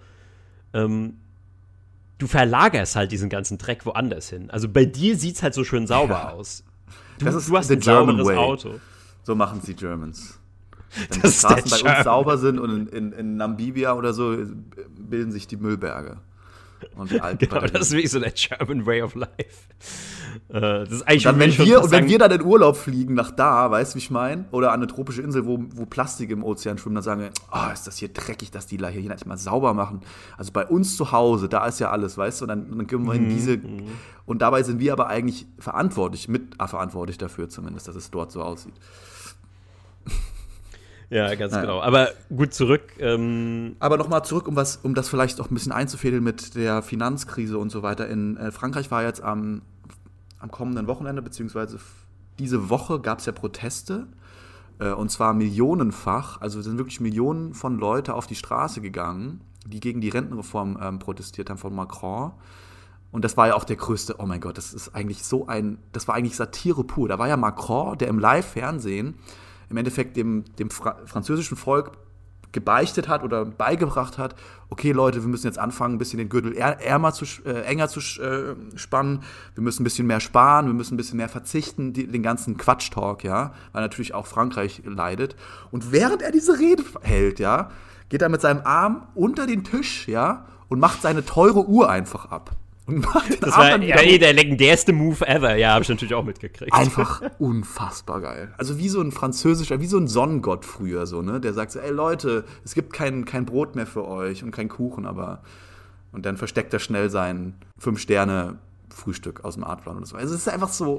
du verlagerst halt diesen ganzen Dreck woanders hin. Also bei dir sieht es halt so schön sauber aus. Du hast ein sauberes Auto. So machen es die Germans. Wenn die Straßen bei uns sauber sind und in Namibia oder so, bilden sich die Müllberge. Und die alten genau, das ist wirklich so der German Way of Life. Das ist eigentlich dann, wenn wir dann in Urlaub fliegen nach da, weißt du, wie ich meine? Oder an eine tropische Insel, wo Plastik im Ozean schwimmt, dann sagen wir, ist das hier dreckig, dass die hier nicht mal sauber machen. Also bei uns zu Hause, da ist ja alles, weißt du? Und dann gehen wir in diese. Und dabei sind wir aber eigentlich mitverantwortlich dafür zumindest, dass es dort so aussieht. Ja, ganz genau. Aber gut, zurück. Aber nochmal zurück, um das vielleicht auch ein bisschen einzufädeln mit der Finanzkrise und so weiter. In Frankreich war jetzt am kommenden Wochenende, beziehungsweise diese Woche gab es ja Proteste. Und zwar millionenfach. Also sind wirklich Millionen von Leuten auf die Straße gegangen, die gegen die Rentenreform protestiert haben von Macron. Und das war ja auch der größte, oh mein Gott, das war eigentlich Satire pur. Da war ja Macron, der im Live-Fernsehen im Endeffekt dem französischen Volk gebeichtet hat oder beigebracht hat, okay Leute, wir müssen jetzt anfangen, ein bisschen den Gürtel enger zu spannen, wir müssen ein bisschen mehr sparen, wir müssen ein bisschen mehr verzichten, den ganzen Quatsch-Talk, ja, weil natürlich auch Frankreich leidet. Und während er diese Rede hält, ja, geht er mit seinem Arm unter den Tisch, ja, und macht seine teure Uhr einfach ab. Das war der legendärste Move ever. Ja, habe ich natürlich auch mitgekriegt. Einfach unfassbar geil. Also wie so ein Sonnengott früher so, ne? Der sagt so, ey Leute, es gibt kein Brot mehr für euch und kein Kuchen, aber und dann versteckt er schnell sein 5-Sterne-Frühstück aus dem Artplan oder so. Also es ist einfach so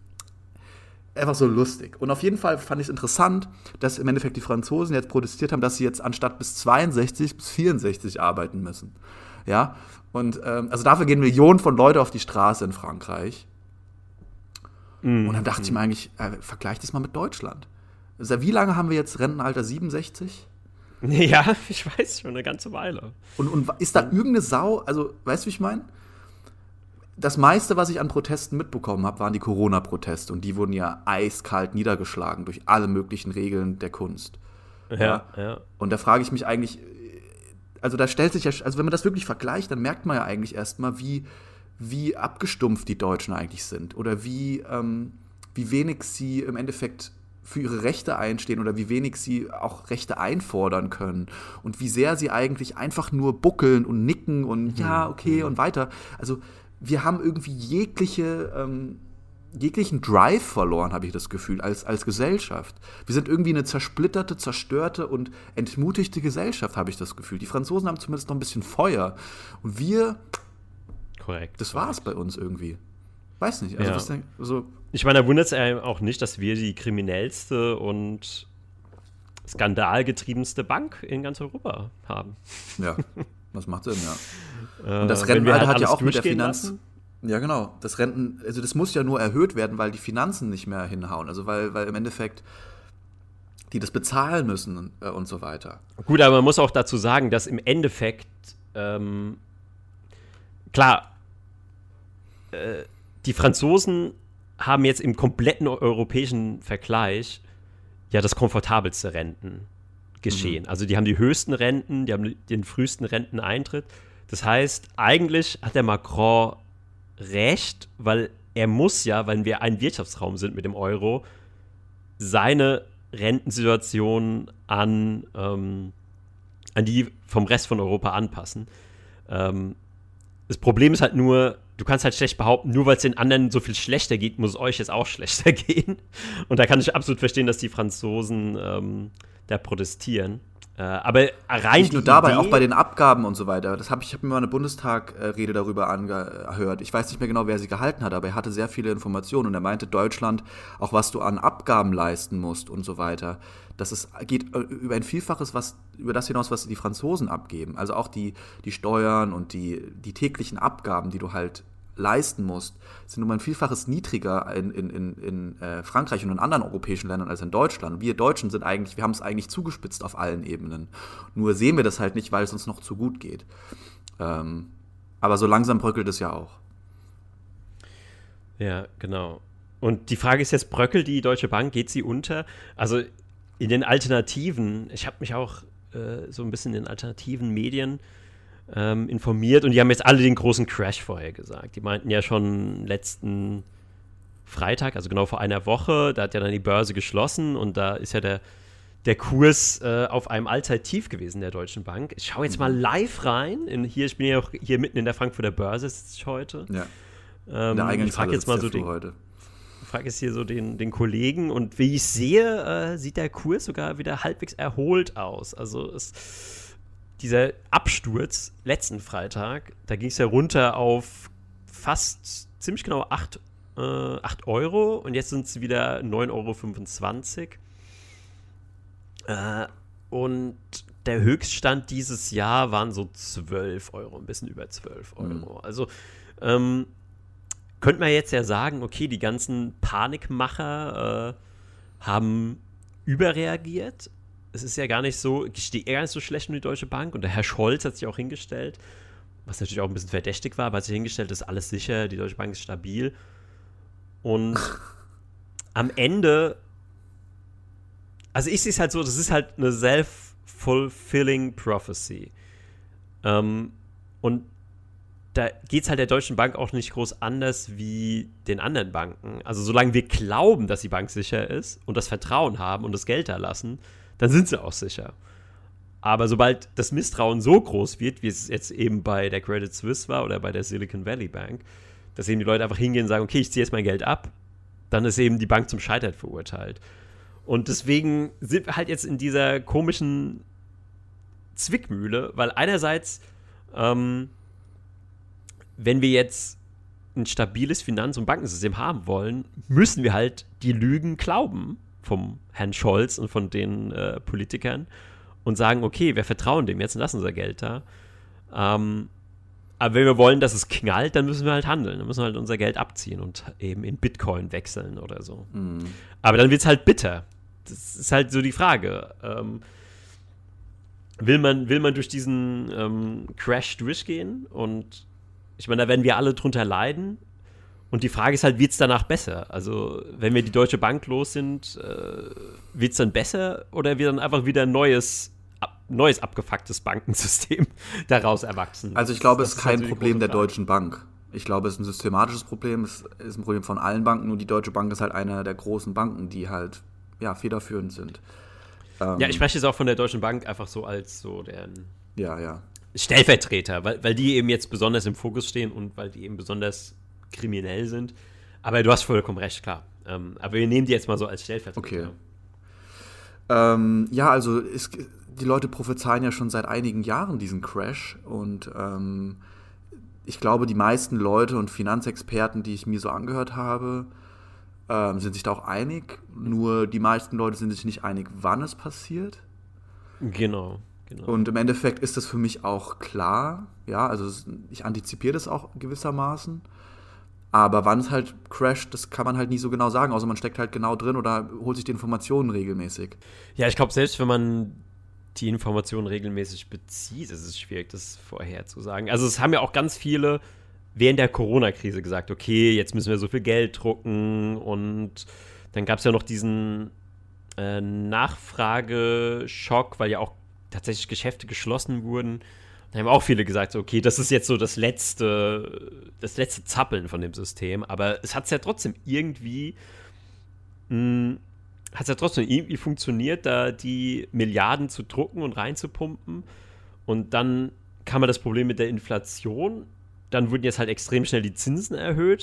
lustig. Und auf jeden Fall fand ich es interessant, dass im Endeffekt die Franzosen jetzt protestiert haben, dass sie jetzt anstatt bis 62 bis 64 arbeiten müssen. Ja, und also dafür gehen Millionen von Leuten auf die Straße in Frankreich. Und dann dachte ich mir eigentlich, vergleich das mal mit Deutschland. Also, wie lange haben wir jetzt Rentenalter? 67? Ja, ich weiß, schon eine ganze Weile. Und ist da irgendeine Sau, also weißt du, wie ich meine? Das meiste, was ich an Protesten mitbekommen habe, waren die Corona-Proteste. Und die wurden ja eiskalt niedergeschlagen durch alle möglichen Regeln der Kunst. Ja. Und da frage ich mich eigentlich, also da stellt sich ja, also wenn man das wirklich vergleicht, dann merkt man ja eigentlich erstmal, wie abgestumpft die Deutschen eigentlich sind oder wie wenig sie im Endeffekt für ihre Rechte einstehen oder wie wenig sie auch Rechte einfordern können und wie sehr sie eigentlich einfach nur buckeln und nicken und ja, okay und weiter. Also wir haben irgendwie jeglichen Drive verloren, habe ich das Gefühl, als Gesellschaft. Wir sind irgendwie eine zersplitterte, zerstörte und entmutigte Gesellschaft, habe ich das Gefühl. Die Franzosen haben zumindest noch ein bisschen Feuer. Und wir, korrekt, das war es bei uns irgendwie. Weiß nicht. Also ja. Ich meine, da wundert es einem auch nicht, dass wir die kriminellste und skandalgetriebenste Bank in ganz Europa haben. Ja, das macht Sinn, ja. Und das Rentenalter hat ja auch mit der Finanz... Lassen. Ja, genau. Also das muss ja nur erhöht werden, weil die Finanzen nicht mehr hinhauen. Also weil im Endeffekt die das bezahlen müssen und so weiter. Gut, aber man muss auch dazu sagen, dass im Endeffekt die Franzosen haben jetzt im kompletten europäischen Vergleich ja das komfortabelste Rentengeschehen. Also die haben die höchsten Renten, die haben den frühesten Renteneintritt. Das heißt, eigentlich hat der Macron recht, weil er muss ja, weil wir ein Wirtschaftsraum sind mit dem Euro, seine Rentensituation an die vom Rest von Europa anpassen. Das Problem ist halt nur, du kannst halt schlecht behaupten, nur weil es den anderen so viel schlechter geht, muss es euch jetzt auch schlechter gehen. Und da kann ich absolut verstehen, dass die Franzosen da protestieren. Aber rein nicht nur dabei, auch bei den Abgaben und so weiter. Ich habe mir mal eine Bundestag-Rede darüber angehört. Ich weiß nicht mehr genau, wer sie gehalten hat, aber er hatte sehr viele Informationen und er meinte, Deutschland, auch was du an Abgaben leisten musst und so weiter, geht über ein Vielfaches über das hinaus, was die Franzosen abgeben. Also auch die Steuern und die täglichen Abgaben, die du halt leisten musst, sind um ein Vielfaches niedriger in Frankreich und in anderen europäischen Ländern als in Deutschland. Wir Deutschen wir haben es eigentlich zugespitzt auf allen Ebenen. Nur sehen wir das halt nicht, weil es uns noch zu gut geht. Aber so langsam bröckelt es ja auch. Ja, genau. Und die Frage ist jetzt, bröckelt die Deutsche Bank, geht sie unter? Also in den Alternativen, ich habe mich auch so ein bisschen in den alternativen Medien informiert und die haben jetzt alle den großen Crash vorher gesagt. Die meinten ja schon letzten Freitag, also genau vor einer Woche, da hat ja dann die Börse geschlossen und da ist ja der Kurs auf einem Allzeittief gewesen der Deutschen Bank. Ich schaue jetzt mal live rein. Ich bin ja auch hier mitten in der Frankfurter Börse, sitze ich heute. Ja. Der Eingangshalle jetzt mal so heute. Ich frage jetzt hier so den Kollegen und wie ich sehe, sieht der Kurs sogar wieder halbwegs erholt aus. Also dieser Absturz letzten Freitag, da ging es ja runter auf fast ziemlich genau 8 Euro und jetzt sind es wieder 9,25 Euro. Und der Höchststand dieses Jahr waren so 12 Euro, ein bisschen über 12 Euro. Also könnte man jetzt ja sagen, okay, die ganzen Panikmacher haben überreagiert. Es ist ja gar nicht so, steht gar nicht so schlecht um die Deutsche Bank. Und der Herr Scholz hat sich auch hingestellt, was natürlich auch ein bisschen verdächtig war, aber hat sich hingestellt, ist alles sicher, die Deutsche Bank ist stabil. Und am Ende, also ich sehe es halt so, das ist halt eine self-fulfilling prophecy. Und da geht es halt der Deutschen Bank auch nicht groß anders wie den anderen Banken. Also solange wir glauben, dass die Bank sicher ist und das Vertrauen haben und das Geld da lassen, dann sind sie auch sicher. Aber sobald das Misstrauen so groß wird, wie es jetzt eben bei der Credit Suisse war oder bei der Silicon Valley Bank, dass eben die Leute einfach hingehen und sagen, okay, ich ziehe jetzt mein Geld ab, dann ist eben die Bank zum Scheitern verurteilt. Und deswegen sind wir halt jetzt in dieser komischen Zwickmühle, weil einerseits wenn wir jetzt ein stabiles Finanz- und Bankensystem haben wollen, müssen wir halt die Lügen glauben vom Herrn Scholz und von den Politikern und sagen, okay, wir vertrauen dem jetzt und lassen unser Geld da. Aber wenn wir wollen, dass es knallt, dann müssen wir halt handeln. Dann müssen wir halt unser Geld abziehen und eben in Bitcoin wechseln oder so. Mhm. Aber dann wird es halt bitter. Das ist halt so die Frage. Will man durch diesen Crash durchgehen? Und ich meine, da werden wir alle drunter leiden. Und die Frage ist halt, wird es danach besser? Also, wenn wir die Deutsche Bank los sind, wird es dann besser oder wird dann einfach wieder ein neues abgefucktes Bankensystem daraus erwachsen? Also ich glaube, es ist kein Problem der Deutschen Bank. Ich glaube, es ist ein systematisches Problem. Es ist ein Problem von allen Banken. Nur die Deutsche Bank ist halt eine der großen Banken, die halt federführend sind. Ja, ich spreche jetzt auch von der Deutschen Bank einfach so als so deren Ja. Stellvertreter, weil die eben jetzt besonders im Fokus stehen und weil die eben besonders kriminell sind. Aber du hast vollkommen recht, klar. Aber wir nehmen die jetzt mal so als Stellvertreter. Okay. Also die Leute prophezeien ja schon seit einigen Jahren diesen Crash und ich glaube, die meisten Leute und Finanzexperten, die ich mir so angehört habe, sind sich da auch einig. Nur die meisten Leute sind sich nicht einig, wann es passiert. Genau. Und im Endeffekt ist das für mich auch klar. Ja, also ich antizipiere das auch gewissermaßen. Aber wann es halt crasht, das kann man halt nie so genau sagen. Außer man steckt halt genau drin oder holt sich die Informationen regelmäßig. Ja, ich glaube, selbst wenn man die Informationen regelmäßig bezieht, ist es schwierig, das vorherzusagen. Also es haben ja auch ganz viele während der Corona-Krise gesagt, okay, jetzt müssen wir so viel Geld drucken. Und dann gab es ja noch diesen Nachfrageschock, weil ja auch tatsächlich Geschäfte geschlossen wurden. Da haben auch viele gesagt, okay, das ist jetzt so das letzte Zappeln von dem System. Aber es hat ja trotzdem irgendwie funktioniert, da die Milliarden zu drucken und reinzupumpen. Und dann kam das Problem mit der Inflation. Dann wurden jetzt halt extrem schnell die Zinsen erhöht.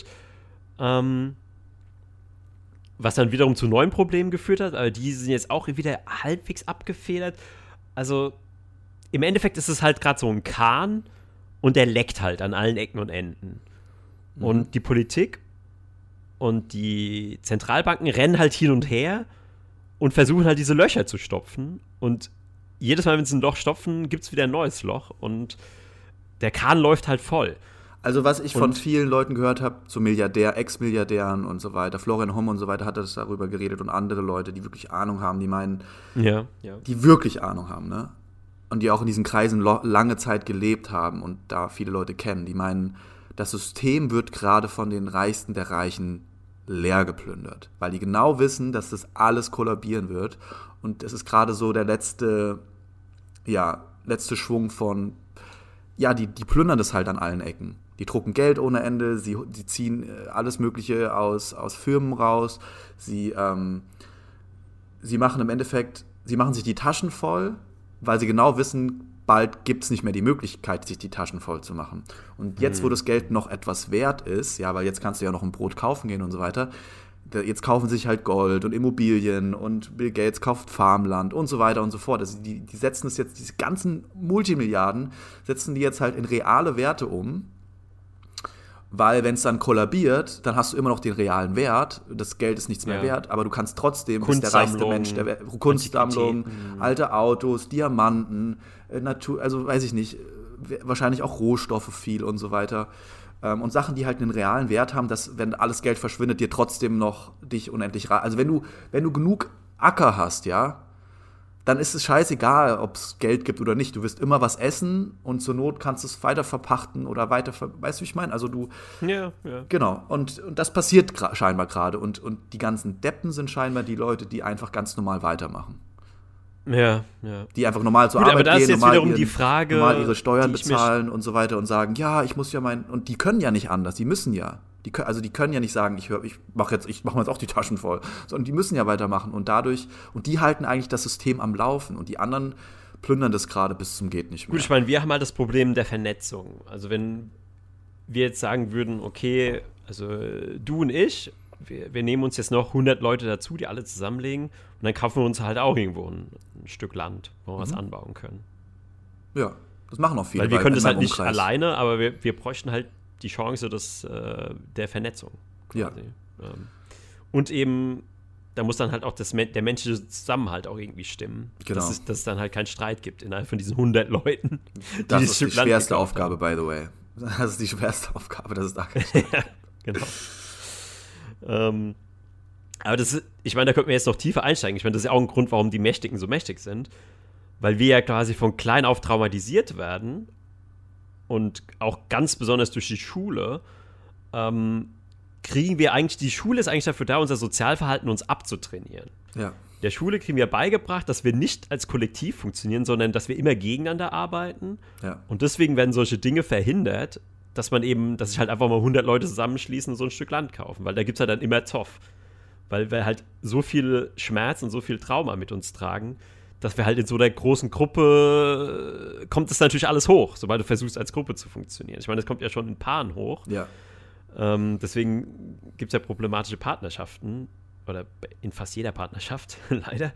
Was dann wiederum zu neuen Problemen geführt hat. Aber die sind jetzt auch wieder halbwegs abgefedert. Also im Endeffekt ist es halt gerade so ein Kahn und der leckt halt an allen Ecken und Enden. Mhm. Und die Politik und die Zentralbanken rennen halt hin und her und versuchen halt diese Löcher zu stopfen. Und jedes Mal, wenn sie ein Loch stopfen, gibt es wieder ein neues Loch. Und der Kahn läuft halt voll. Also was ich von vielen Leuten gehört habe, so Ex-Milliardären und so weiter, Florian Homm und so weiter, hat das darüber geredet und andere Leute, die wirklich Ahnung haben, die meinen, die wirklich Ahnung haben, ne? Und die auch in diesen Kreisen lange Zeit gelebt haben und da viele Leute kennen, die meinen, das System wird gerade von den Reichsten der Reichen leer geplündert, weil die genau wissen, dass das alles kollabieren wird und es ist gerade so der letzte Schwung von, die plündern das halt an allen Ecken. Die drucken Geld ohne Ende, sie ziehen alles Mögliche aus Firmen raus, sie machen im Endeffekt, sie machen sich die Taschen voll, weil sie genau wissen, bald gibt es nicht mehr die Möglichkeit, sich die Taschen voll zu machen. Und jetzt, wo das Geld noch etwas wert ist, weil jetzt kannst du ja noch ein Brot kaufen gehen und so weiter, jetzt kaufen sich halt Gold und Immobilien und Bill Gates kauft Farmland und so weiter und so fort. Also die setzen es jetzt, diese ganzen Multimilliarden, setzen die jetzt halt in reale Werte um, Weil wenn es dann kollabiert, dann hast du immer noch den realen Wert. Das Geld ist nichts mehr wert, aber du kannst trotzdem, bist der reichste Mensch der Welt. Kunstsammlung, alte Autos, Diamanten, Natur, also weiß ich nicht, wahrscheinlich auch Rohstoffe viel und so weiter. Und Sachen, die halt einen realen Wert haben, dass, wenn alles Geld verschwindet, dir trotzdem noch dich unendlich reich. Also wenn du genug Acker hast, ja, dann ist es scheißegal, ob es Geld gibt oder nicht. Du wirst immer was essen und zur Not kannst du es weiter verpachten oder weißt du, wie ich meine? Also du. Ja. Genau. Und das passiert scheinbar gerade. Und die ganzen Deppen sind scheinbar die Leute, die einfach ganz normal weitermachen. Ja. Die einfach normal zur Gut, Arbeit aber da gehen, ist jetzt wiederum die Frage, normal ihre Steuern bezahlen und so weiter und sagen, ja, ich muss ja und die können ja nicht anders, die müssen ja. Die können ja nicht sagen, ich mache mir jetzt auch die Taschen voll, sondern die müssen ja weitermachen und die halten eigentlich das System am Laufen und die anderen plündern das gerade bis zum geht nicht mehr. Gut, ich meine, wir haben halt das Problem der Vernetzung. Also wenn wir jetzt sagen würden, okay, also du und ich, wir nehmen uns jetzt noch 100 Leute dazu, die alle zusammenlegen und dann kaufen wir uns halt auch irgendwo ein Stück Land, wo wir was anbauen können. Ja, das machen auch viele. Weil wir können das halt nicht alleine, aber wir bräuchten halt die Chance der Vernetzung. Quasi. Ja. Und eben, da muss dann halt auch der menschliche Zusammenhalt auch irgendwie stimmen. Genau. Dass es dann halt keinen Streit gibt innerhalb von diesen 100 Leuten. Das ist die schwerste Aufgabe, by the way. Das ist die schwerste Aufgabe, das ist da kein Streit. Ja, genau. Aber ich meine, da könnten wir jetzt noch tiefer einsteigen. Ich meine, das ist ja auch ein Grund, warum die Mächtigen so mächtig sind. Weil wir ja quasi von klein auf traumatisiert werden und auch ganz besonders durch die Schule kriegen wir eigentlich, die Schule ist eigentlich dafür da, unser Sozialverhalten uns abzutrainieren. Ja. Der Schule kriegen wir beigebracht, dass wir nicht als Kollektiv funktionieren, sondern dass wir immer gegeneinander arbeiten. Ja. Und deswegen werden solche Dinge verhindert, dass sich halt einfach mal 100 Leute zusammenschließen und so ein Stück Land kaufen. Weil da gibt es halt dann immer Zoff. Weil wir halt so viel Schmerz und so viel Trauma mit uns tragen, dass wir halt in so einer großen Gruppe, kommt das natürlich alles hoch, sobald du versuchst, als Gruppe zu funktionieren. Ich meine, das kommt ja schon in Paaren hoch. Ja. Deswegen gibt es ja problematische Partnerschaften. Oder in fast jeder Partnerschaft, leider.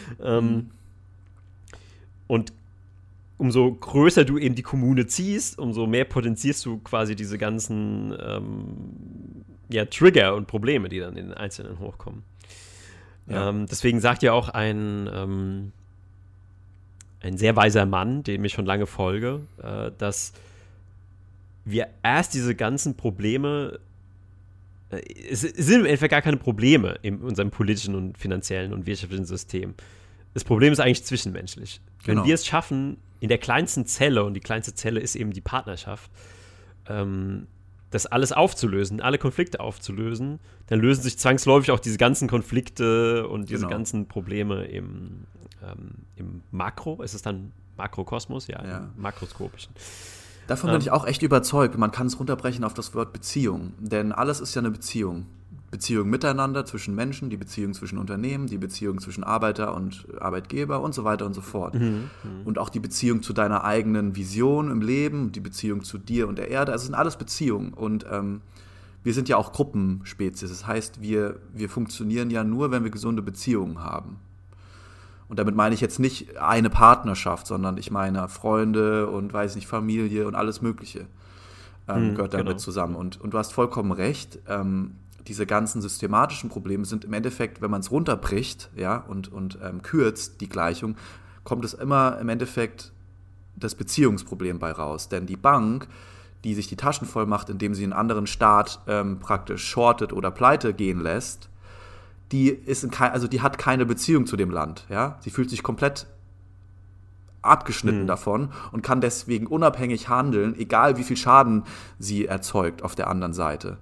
Und umso größer du eben die Kommune ziehst, umso mehr potenzierst du quasi diese ganzen Trigger und Probleme, die dann in den Einzelnen hochkommen. Ja. Deswegen sagt ja auch ein sehr weiser Mann, dem ich schon lange folge, dass wir erst diese ganzen Probleme, es sind im Endeffekt gar keine Probleme in unserem politischen und finanziellen und wirtschaftlichen System. Das Problem ist eigentlich zwischenmenschlich. Genau. Wenn wir es schaffen, in der kleinsten Zelle, und die kleinste Zelle ist eben die Partnerschaft, das alles aufzulösen, alle Konflikte aufzulösen, dann lösen sich zwangsläufig auch diese ganzen Konflikte und diese ganzen Probleme im Makro. Ist es dann Makrokosmos? Ja, im makroskopischen. Davon bin ich auch echt überzeugt. Man kann es runterbrechen auf das Wort Beziehung. Denn alles ist ja eine Beziehung. Beziehung miteinander, zwischen Menschen, die Beziehung zwischen Unternehmen, die Beziehung zwischen Arbeiter und Arbeitgeber und so weiter und so fort. Und auch die Beziehung zu deiner eigenen Vision im Leben, die Beziehung zu dir und der Erde. Also es sind alles Beziehungen. Und wir sind ja auch Gruppenspezies. Das heißt, wir funktionieren ja nur, wenn wir gesunde Beziehungen haben. Und damit meine ich jetzt nicht eine Partnerschaft, sondern ich meine Freunde und weiß nicht, Familie und alles Mögliche gehört damit zusammen. Und du hast vollkommen recht, diese ganzen systematischen Probleme sind im Endeffekt, wenn man es runterbricht, ja, und kürzt die Gleichung, kommt es immer im Endeffekt das Beziehungsproblem bei raus. Denn die Bank, die sich die Taschen voll macht, indem sie einen anderen Staat praktisch shortet oder pleite gehen lässt, die hat keine Beziehung zu dem Land. Ja? Sie fühlt sich komplett abgeschnitten davon und kann deswegen unabhängig handeln, egal wie viel Schaden sie erzeugt auf der anderen Seite.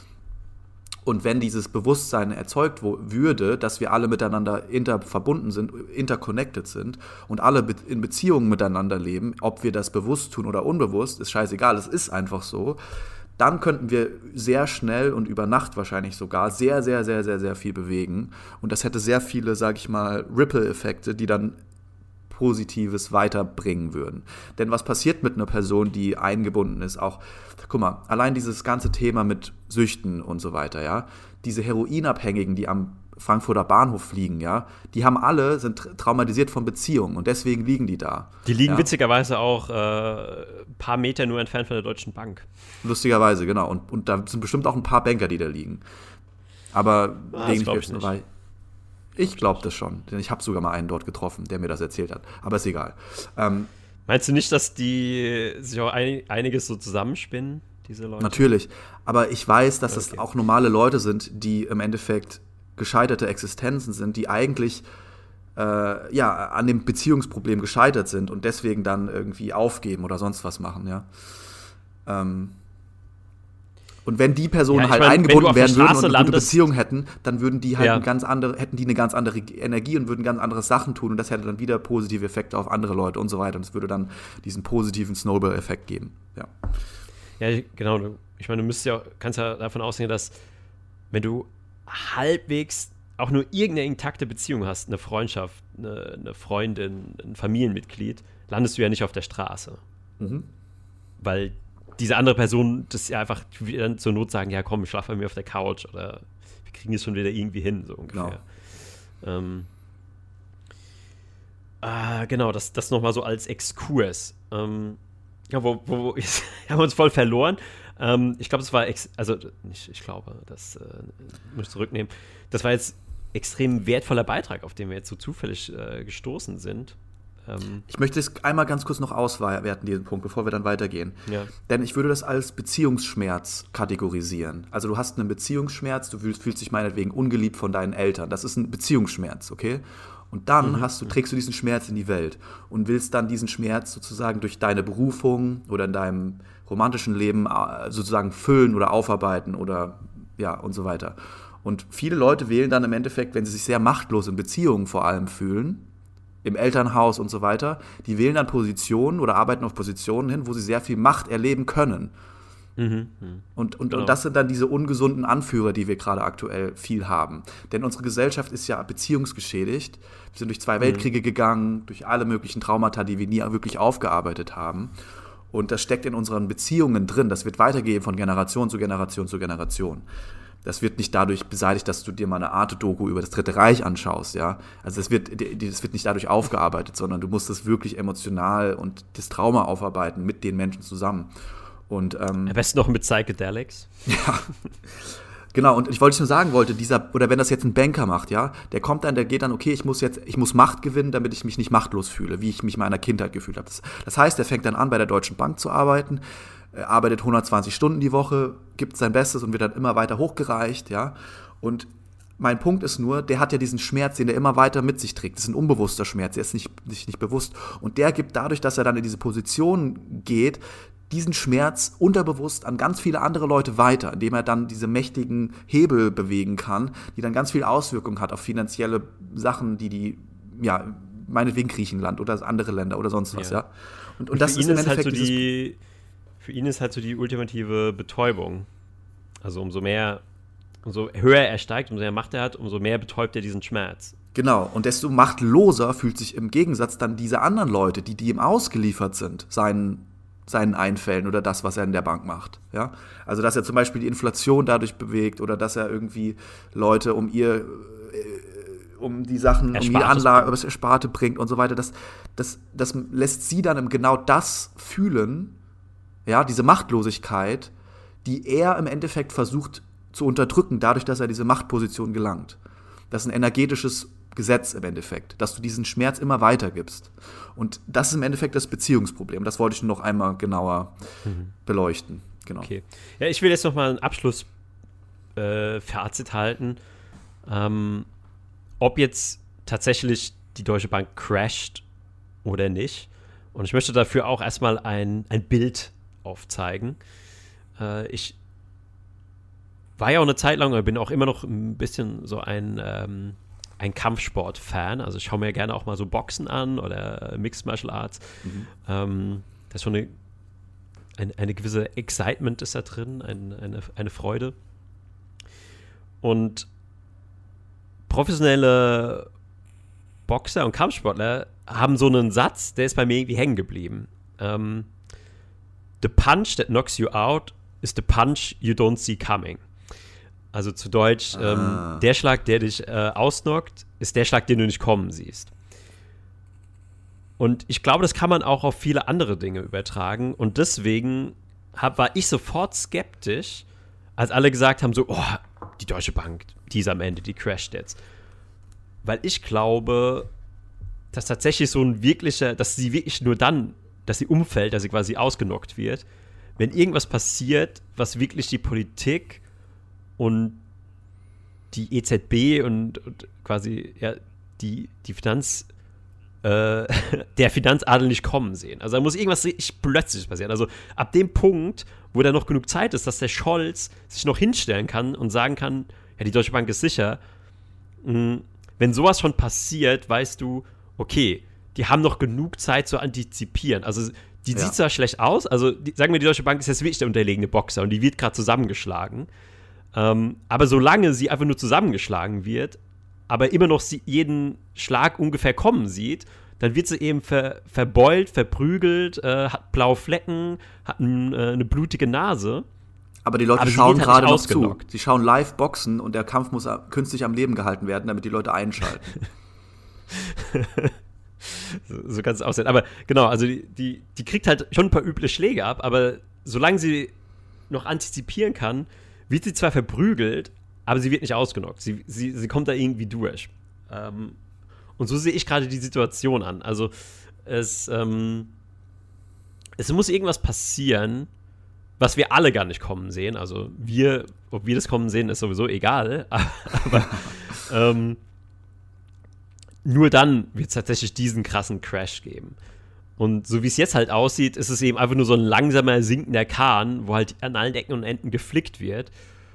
Und wenn dieses Bewusstsein erzeugt würde, dass wir alle miteinander verbunden sind, interconnected sind und alle in Beziehungen miteinander leben, ob wir das bewusst tun oder unbewusst, ist scheißegal, es ist einfach so, dann könnten wir sehr schnell und über Nacht wahrscheinlich sogar sehr, sehr, sehr, sehr, sehr viel bewegen. Und das hätte sehr viele, sag ich mal, Ripple-Effekte, die dann Positives weiterbringen würden. Denn was passiert mit einer Person, die eingebunden ist? Auch, guck mal, allein dieses ganze Thema mit Süchten und so weiter, ja, diese Heroinabhängigen, die am Frankfurter Bahnhof liegen, ja, sind traumatisiert von Beziehungen und deswegen liegen die da. Die liegen witzigerweise auch ein paar Meter nur entfernt von der Deutschen Bank. Lustigerweise, genau. Und da sind bestimmt auch ein paar Banker, die da liegen. Aber ich glaube das schon, denn ich habe sogar mal einen dort getroffen, der mir das erzählt hat. Aber ist egal. Meinst du nicht, dass die sich auch einiges so zusammenspinnen, diese Leute? Natürlich, aber ich weiß, dass es auch normale Leute sind, die im Endeffekt gescheiterte Existenzen sind, die eigentlich an dem Beziehungsproblem gescheitert sind und deswegen dann irgendwie aufgeben oder sonst was machen, ja. Und wenn die Personen eingebunden werden würden und eine gute Beziehung hätten, dann würden die halt hätten die eine ganz andere Energie und würden ganz andere Sachen tun und das hätte dann wieder positive Effekte auf andere Leute und so weiter. Und es würde dann diesen positiven Snowball-Effekt geben. Ja, genau. Ich meine, kannst ja davon ausgehen, dass wenn du halbwegs auch nur irgendeine intakte Beziehung hast, eine Freundschaft, eine Freundin, ein Familienmitglied, landest du ja nicht auf der Straße. Mhm. Weil diese andere Person, das ja einfach dann zur Not sagen, ja komm, schlaf bei mir auf der Couch oder wir kriegen es schon wieder irgendwie hin, so ungefähr. Genau, das nochmal so als Exkurs. Haben wir uns voll verloren. Ich glaube, das war, das muss ich zurücknehmen. Das war jetzt extrem wertvoller Beitrag, auf den wir jetzt so zufällig gestoßen sind. Ich möchte es einmal ganz kurz noch auswerten, diesen Punkt, bevor wir dann weitergehen. Ja. Denn ich würde das als Beziehungsschmerz kategorisieren. Also du hast einen Beziehungsschmerz, du fühlst dich meinetwegen ungeliebt von deinen Eltern. Das ist ein Beziehungsschmerz, okay? Und dann trägst du diesen Schmerz in die Welt und willst dann diesen Schmerz sozusagen durch deine Berufung oder in deinem romantischen Leben sozusagen füllen oder aufarbeiten oder und so weiter. Und viele Leute wählen dann im Endeffekt, wenn sie sich sehr machtlos in Beziehungen vor allem fühlen, im Elternhaus und so weiter, die wählen dann Positionen oder arbeiten auf Positionen hin, wo sie sehr viel Macht erleben können. Und das sind dann diese ungesunden Anführer, die wir gerade aktuell viel haben. Denn unsere Gesellschaft ist ja beziehungsgeschädigt. Wir sind durch 2 Weltkriege gegangen, durch alle möglichen Traumata, die wir nie wirklich aufgearbeitet haben. Und das steckt in unseren Beziehungen drin. Das wird weitergehen von Generation zu Generation zu Generation. Das wird nicht dadurch beseitigt, dass du dir mal eine Arte-Doku über das Dritte Reich anschaust, ja. Also das wird nicht dadurch aufgearbeitet, sondern du musst das wirklich emotional und das Trauma aufarbeiten mit den Menschen zusammen. Und, am besten noch mit Psychedelics. Ja, genau. Und ich nur sagen wollte, oder wenn das jetzt ein Banker macht, ja, der geht dann, okay, ich muss Macht gewinnen, damit ich mich nicht machtlos fühle, wie ich mich in meiner Kindheit gefühlt habe. Das heißt, er fängt dann an, bei der Deutschen Bank zu arbeiten, arbeitet 120 Stunden die Woche, gibt sein Bestes und wird dann immer weiter hochgereicht, ja. Und mein Punkt ist nur, der hat ja diesen Schmerz, den er immer weiter mit sich trägt. Das ist ein unbewusster Schmerz, der ist nicht bewusst. Und der gibt dadurch, dass er dann in diese Position geht, diesen Schmerz unterbewusst an ganz viele andere Leute weiter, indem er dann diese mächtigen Hebel bewegen kann, die dann ganz viel Auswirkung hat auf finanzielle Sachen, die meinetwegen Griechenland oder andere Länder oder sonst was, ja. Und das ist im Endeffekt halt für ihn ist halt so die ultimative Betäubung. Also umso höher er steigt, umso mehr Macht er hat, umso mehr betäubt er diesen Schmerz. Genau, und desto machtloser fühlt sich im Gegensatz dann diese anderen Leute, die ihm ausgeliefert sind, seinen Einfällen oder das, was er in der Bank macht. Ja? Also, dass er zum Beispiel die Inflation dadurch bewegt oder dass er irgendwie Leute um die Sachen, um die Anlage, das Ersparte bringt und so weiter. Das lässt sie dann genau das fühlen, ja, diese Machtlosigkeit, die er im Endeffekt versucht zu unterdrücken, dadurch, dass er diese Machtposition gelangt. Das ist ein energetisches Gesetz im Endeffekt, dass du diesen Schmerz immer weitergibst. Und das ist im Endeffekt das Beziehungsproblem. Das wollte ich noch einmal genauer beleuchten. Genau. Okay. Ja, ich will jetzt noch mal ein Abschlussfazit halten. Ob jetzt tatsächlich die Deutsche Bank crasht oder nicht. Und ich möchte dafür auch erstmal ein Bild aufzeigen. Ich war ja auch eine Zeit lang, oder bin auch immer noch ein bisschen so ein Kampfsport-Fan. Also ich schaue mir gerne auch mal so Boxen an oder Mixed Martial Arts. Das ist schon eine gewisse Excitement ist da drin, eine Freude. Und professionelle Boxer und Kampfsportler haben so einen Satz, der ist bei mir irgendwie hängen geblieben. The punch that knocks you out is the punch you don't see coming. Also zu Deutsch, der Schlag, der dich ausnockt, ist der Schlag, den du nicht kommen siehst. Und ich glaube, das kann man auch auf viele andere Dinge übertragen. Und deswegen war ich sofort skeptisch, als alle gesagt haben so, oh, die Deutsche Bank, die ist am Ende, die crasht jetzt. Weil ich glaube, dass tatsächlich dass sie wirklich nur dann, dass sie umfällt, dass sie quasi ausgenockt wird, wenn irgendwas passiert, was wirklich die Politik und die EZB und quasi die der Finanzadel nicht kommen sehen. Also da muss irgendwas richtig plötzlich passieren. Also ab dem Punkt, wo da noch genug Zeit ist, dass der Scholz sich noch hinstellen kann und sagen kann, ja, die Deutsche Bank ist sicher. Wenn sowas schon passiert, weißt du, okay, die haben noch genug Zeit zu antizipieren. Also die sieht zwar schlecht aus, also sagen wir, die Deutsche Bank ist jetzt wirklich der unterlegene Boxer und die wird gerade zusammengeschlagen. Aber solange sie einfach nur zusammengeschlagen wird, aber immer noch jeden Schlag ungefähr kommen sieht, dann wird sie eben verbeult, verprügelt, hat blaue Flecken, hat eine blutige Nase. Aber die Leute schauen gerade noch zu. Sie schauen live Boxen und der Kampf muss künstlich am Leben gehalten werden, damit die Leute einschalten. So kann es aussehen. Aber genau, also die kriegt halt schon ein paar üble Schläge ab, aber solange sie noch antizipieren kann, wird sie zwar verprügelt, aber sie wird nicht ausgenockt. Sie kommt da irgendwie durch. Und so sehe ich gerade die Situation an. Also es muss irgendwas passieren, was wir alle gar nicht kommen sehen. Also ob wir das kommen sehen, ist sowieso egal. Aber nur dann wird es tatsächlich diesen krassen Crash geben. Und so wie es jetzt halt aussieht, ist es eben einfach nur so ein langsamer sinkender Kahn, wo halt an allen Ecken und Enden geflickt wird.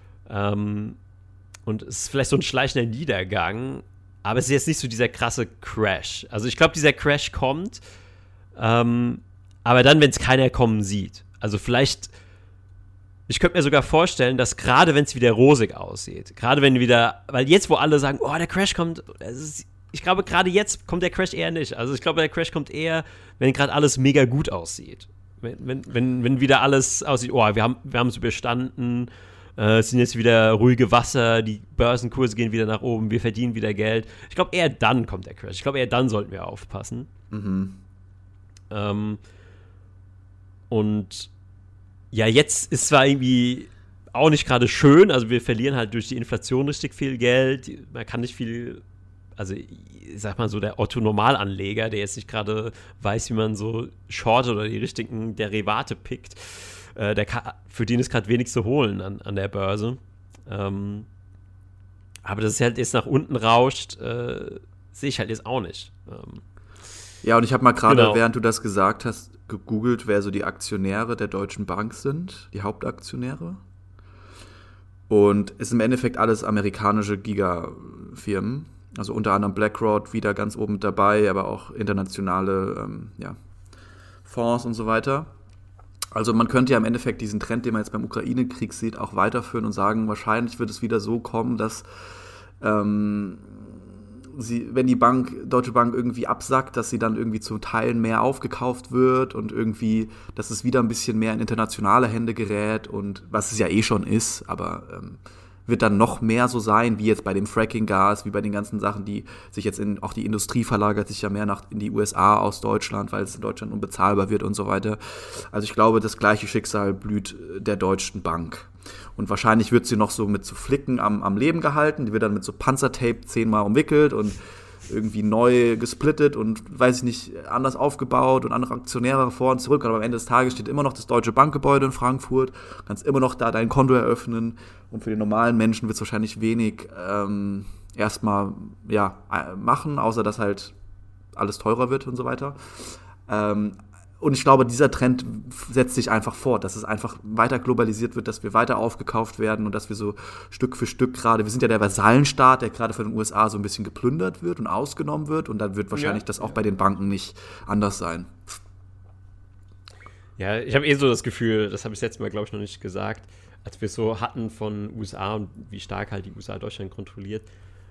Und es ist vielleicht so ein schleichender Niedergang, aber es ist jetzt nicht so dieser krasse Crash. Also ich glaube, dieser Crash kommt, aber dann, wenn es keiner kommen sieht. Also vielleicht, ich könnte mir sogar vorstellen, dass gerade wenn es wieder rosig aussieht, gerade wenn wieder, weil jetzt, wo alle sagen, oh, der Crash kommt, ich glaube, gerade jetzt kommt der Crash eher nicht. Also ich glaube, der Crash kommt eher, wenn gerade alles mega gut aussieht. Wenn wieder alles aussieht, oh, wir haben es überstanden, es sind jetzt wieder ruhige Wasser, die Börsenkurse gehen wieder nach oben, wir verdienen wieder Geld. Ich glaube, eher dann kommt der Crash. Ich glaube, eher dann sollten wir aufpassen. Mhm. Und ja, jetzt ist zwar irgendwie auch nicht gerade schön, also wir verlieren halt durch die Inflation richtig viel Geld, man kann nicht viel, also ich sag mal so, der Otto-Normalanleger, der jetzt nicht gerade weiß, wie man so shortet oder die richtigen Derivate pickt, für den ist gerade wenig zu holen an der Börse. Aber dass es halt jetzt nach unten rauscht, sehe ich halt jetzt auch nicht. Ja, und ich habe mal gerade, während du das gesagt hast, gegoogelt, wer so die Aktionäre der Deutschen Bank sind, die Hauptaktionäre. Und es sind im Endeffekt alles amerikanische Gigafirmen. Also unter anderem BlackRock wieder ganz oben mit dabei, aber auch internationale Fonds und so weiter. Also man könnte ja im Endeffekt diesen Trend, den man jetzt beim Ukraine-Krieg sieht, auch weiterführen und sagen, wahrscheinlich wird es wieder so kommen, dass wenn die Deutsche Bank irgendwie absackt, dass sie dann irgendwie zu Teilen mehr aufgekauft wird und irgendwie, dass es wieder ein bisschen mehr in internationale Hände gerät und was es ja eh schon ist, aber wird dann noch mehr so sein, wie jetzt bei dem Fracking-Gas, wie bei den ganzen Sachen, die sich jetzt auch die Industrie verlagert sich ja mehr in die USA aus Deutschland, weil es in Deutschland unbezahlbar wird und so weiter. Also ich glaube, das gleiche Schicksal blüht der Deutschen Bank. Und wahrscheinlich wird sie noch so mit so Flicken am Leben gehalten, die wird dann mit so Panzertape 10-mal umwickelt und irgendwie neu gesplittet und, weiß ich nicht, anders aufgebaut und andere Aktionäre vor und zurück. Aber am Ende des Tages steht immer noch das Deutsche Bankgebäude in Frankfurt. Du kannst immer noch da dein Konto eröffnen. Und für den normalen Menschen wird es wahrscheinlich wenig erstmal machen, außer dass halt alles teurer wird und so weiter. Und ich glaube, dieser Trend setzt sich einfach fort, dass es einfach weiter globalisiert wird, dass wir weiter aufgekauft werden und dass wir so Stück für Stück gerade, wir sind ja der Vasallenstaat, der gerade von den USA so ein bisschen geplündert wird und ausgenommen wird und dann wird wahrscheinlich das auch bei den Banken nicht anders sein. Ja, ich habe so das Gefühl, das habe ich letztes Mal, glaube ich, noch nicht gesagt, als wir es so hatten von USA und wie stark halt die USA Deutschland kontrolliert,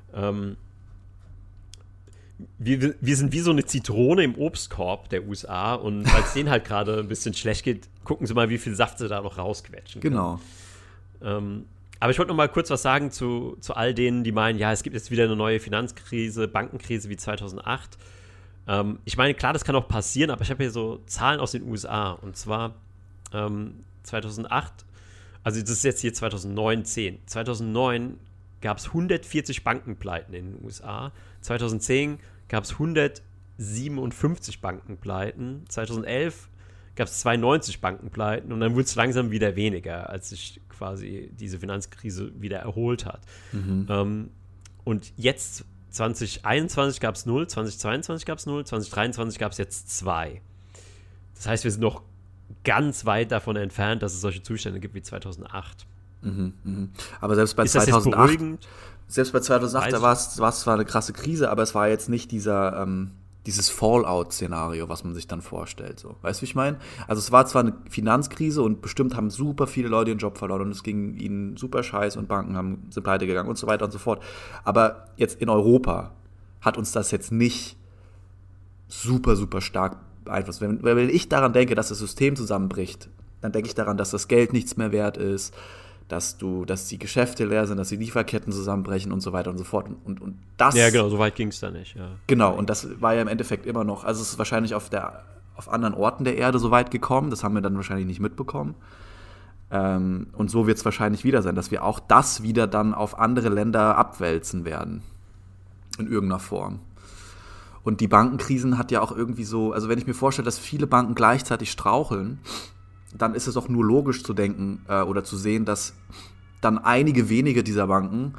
wir sind wie so eine Zitrone im Obstkorb der USA und weil es denen halt gerade ein bisschen schlecht geht, gucken sie mal, wie viel Saft sie da noch rausquetschen können. Genau. Aber ich wollte noch mal kurz was sagen zu all denen, die meinen, ja, es gibt jetzt wieder eine neue Finanzkrise, Bankenkrise wie 2008. Ich meine, klar, das kann auch passieren, aber ich habe hier so Zahlen aus den USA. Und zwar 2008, also das ist jetzt hier 2009, 10. 2009 gab es 140 Bankenpleiten in den USA. 2010 gab es 157 Bankenpleiten. 2011 gab es 92 Bankenpleiten und dann wurde es langsam wieder weniger, als sich quasi diese Finanzkrise wieder erholt hat. Und jetzt 2021 gab es 0, 2022 gab es 0, 2023 gab es jetzt 2. Das heißt, wir sind noch ganz weit davon entfernt, dass es solche Zustände gibt wie 2008. Aber selbst bei Ist das 2008, jetzt beruhigend? selbst bei 2008, da war es zwar eine krasse Krise, aber es war jetzt nicht dieses Fallout-Szenario, was man sich dann vorstellt. So. Weißt du, wie ich meine? Also es war zwar eine Finanzkrise und bestimmt haben super viele Leute ihren Job verloren und es ging ihnen super scheiße und Banken sind pleite gegangen und so weiter und so fort. Aber jetzt in Europa hat uns das jetzt nicht super, super stark beeinflusst. Wenn ich daran denke, dass das System zusammenbricht, dann denke ich daran, dass das Geld nichts mehr wert ist, dass die Geschäfte leer sind, dass die Lieferketten zusammenbrechen und so weiter und so fort. Und das, ja, genau, so weit ging es da nicht. Ja. Genau, und das war ja im Endeffekt immer noch, also es ist wahrscheinlich auf anderen Orten der Erde so weit gekommen, das haben wir dann wahrscheinlich nicht mitbekommen. Und so wird es wahrscheinlich wieder sein, dass wir auch das wieder dann auf andere Länder abwälzen werden. In irgendeiner Form. Und die Bankenkrisen hat ja auch irgendwie so, also wenn ich mir vorstelle, dass viele Banken gleichzeitig straucheln, dann ist es auch nur logisch zu denken oder zu sehen, dass dann einige wenige dieser Banken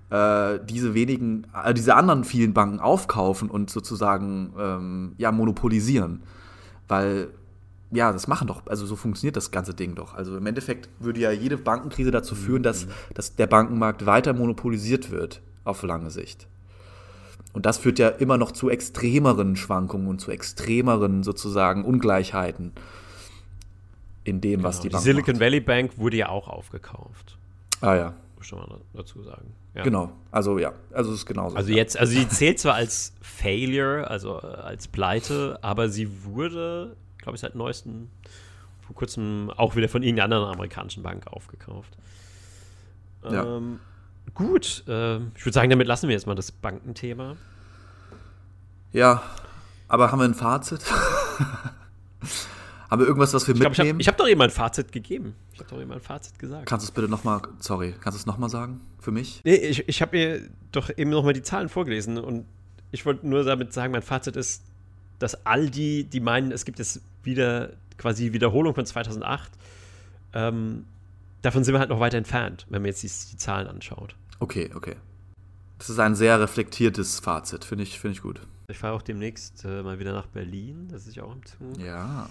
diese anderen vielen Banken aufkaufen und sozusagen monopolisieren. Weil, ja, das machen doch, also so funktioniert das ganze Ding doch. Also im Endeffekt würde ja jede Bankenkrise dazu führen, dass der Bankenmarkt weiter monopolisiert wird auf lange Sicht. Und das führt ja immer noch zu extremeren Schwankungen und zu extremeren sozusagen Ungleichheiten in dem, was die Bank macht. Die Silicon Valley Bank wurde ja auch aufgekauft. Ah ja. Muss man mal dazu sagen. Ja. Genau, also ja, also es ist genauso. Also jetzt, also die zählt zwar als Failure, also als Pleite, aber sie wurde, glaube ich, seit neuestem, vor kurzem auch wieder von irgendeiner anderen amerikanischen Bank aufgekauft. Ja. Gut, ich würde sagen, damit lassen wir jetzt mal das Bankenthema. Ja, aber haben wir ein Fazit? Haben wir irgendwas, was wir mitnehmen? Ich hab doch eben ein Fazit gegeben. Ich habe doch eben ein Fazit gesagt. Kannst du es bitte nochmal, kannst du es nochmal sagen für mich? Nee, ich habe mir doch eben nochmal die Zahlen vorgelesen und ich wollte nur damit sagen, mein Fazit ist, dass all die meinen, es gibt jetzt wieder quasi Wiederholung von 2008, davon sind wir halt noch weiter entfernt, wenn man jetzt die Zahlen anschaut. Okay. Das ist ein sehr reflektiertes Fazit, finde ich gut. Ich fahre auch demnächst mal wieder nach Berlin, das ist ja auch im Zug. Ja.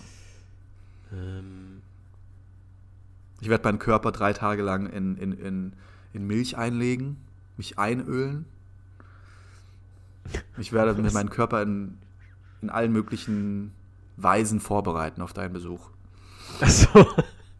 Ich werde meinen Körper 3 Tage lang in Milch einlegen, mich einölen. Ich werde meinen Körper in allen möglichen Weisen vorbereiten auf deinen Besuch. Ach so.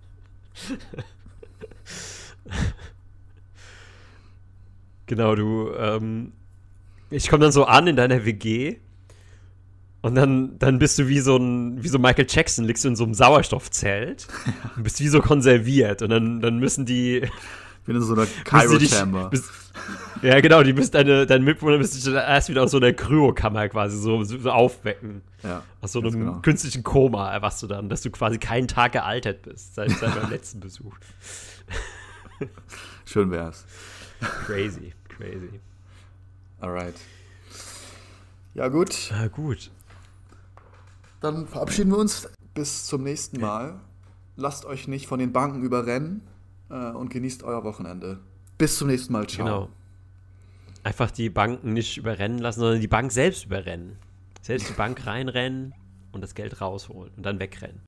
Genau, ich komme dann so an in deiner WG und dann bist du wie so Michael Jackson, liegst du in so einem Sauerstoffzelt und bist wie so konserviert und dann müssen die ich bin in so einer Cryo-Chamber. Ja, genau, dein Mitbewohner müsste dich erst wieder aus so einer Kryokammer quasi so aufwecken. Ja, aus so einem künstlichen Koma erwachst du dann, dass du quasi keinen Tag gealtert bist seit deinem letzten Besuch. Schön wär's. Crazy. Alright. Ja, gut. Gut. Dann verabschieden wir uns. Bis zum nächsten Mal. Lasst euch nicht von den Banken überrennen und genießt euer Wochenende. Bis zum nächsten Mal. Ciao. Genau. Einfach die Banken nicht überrennen lassen, sondern die Bank selbst überrennen. Selbst die Bank reinrennen und das Geld rausholen und dann wegrennen.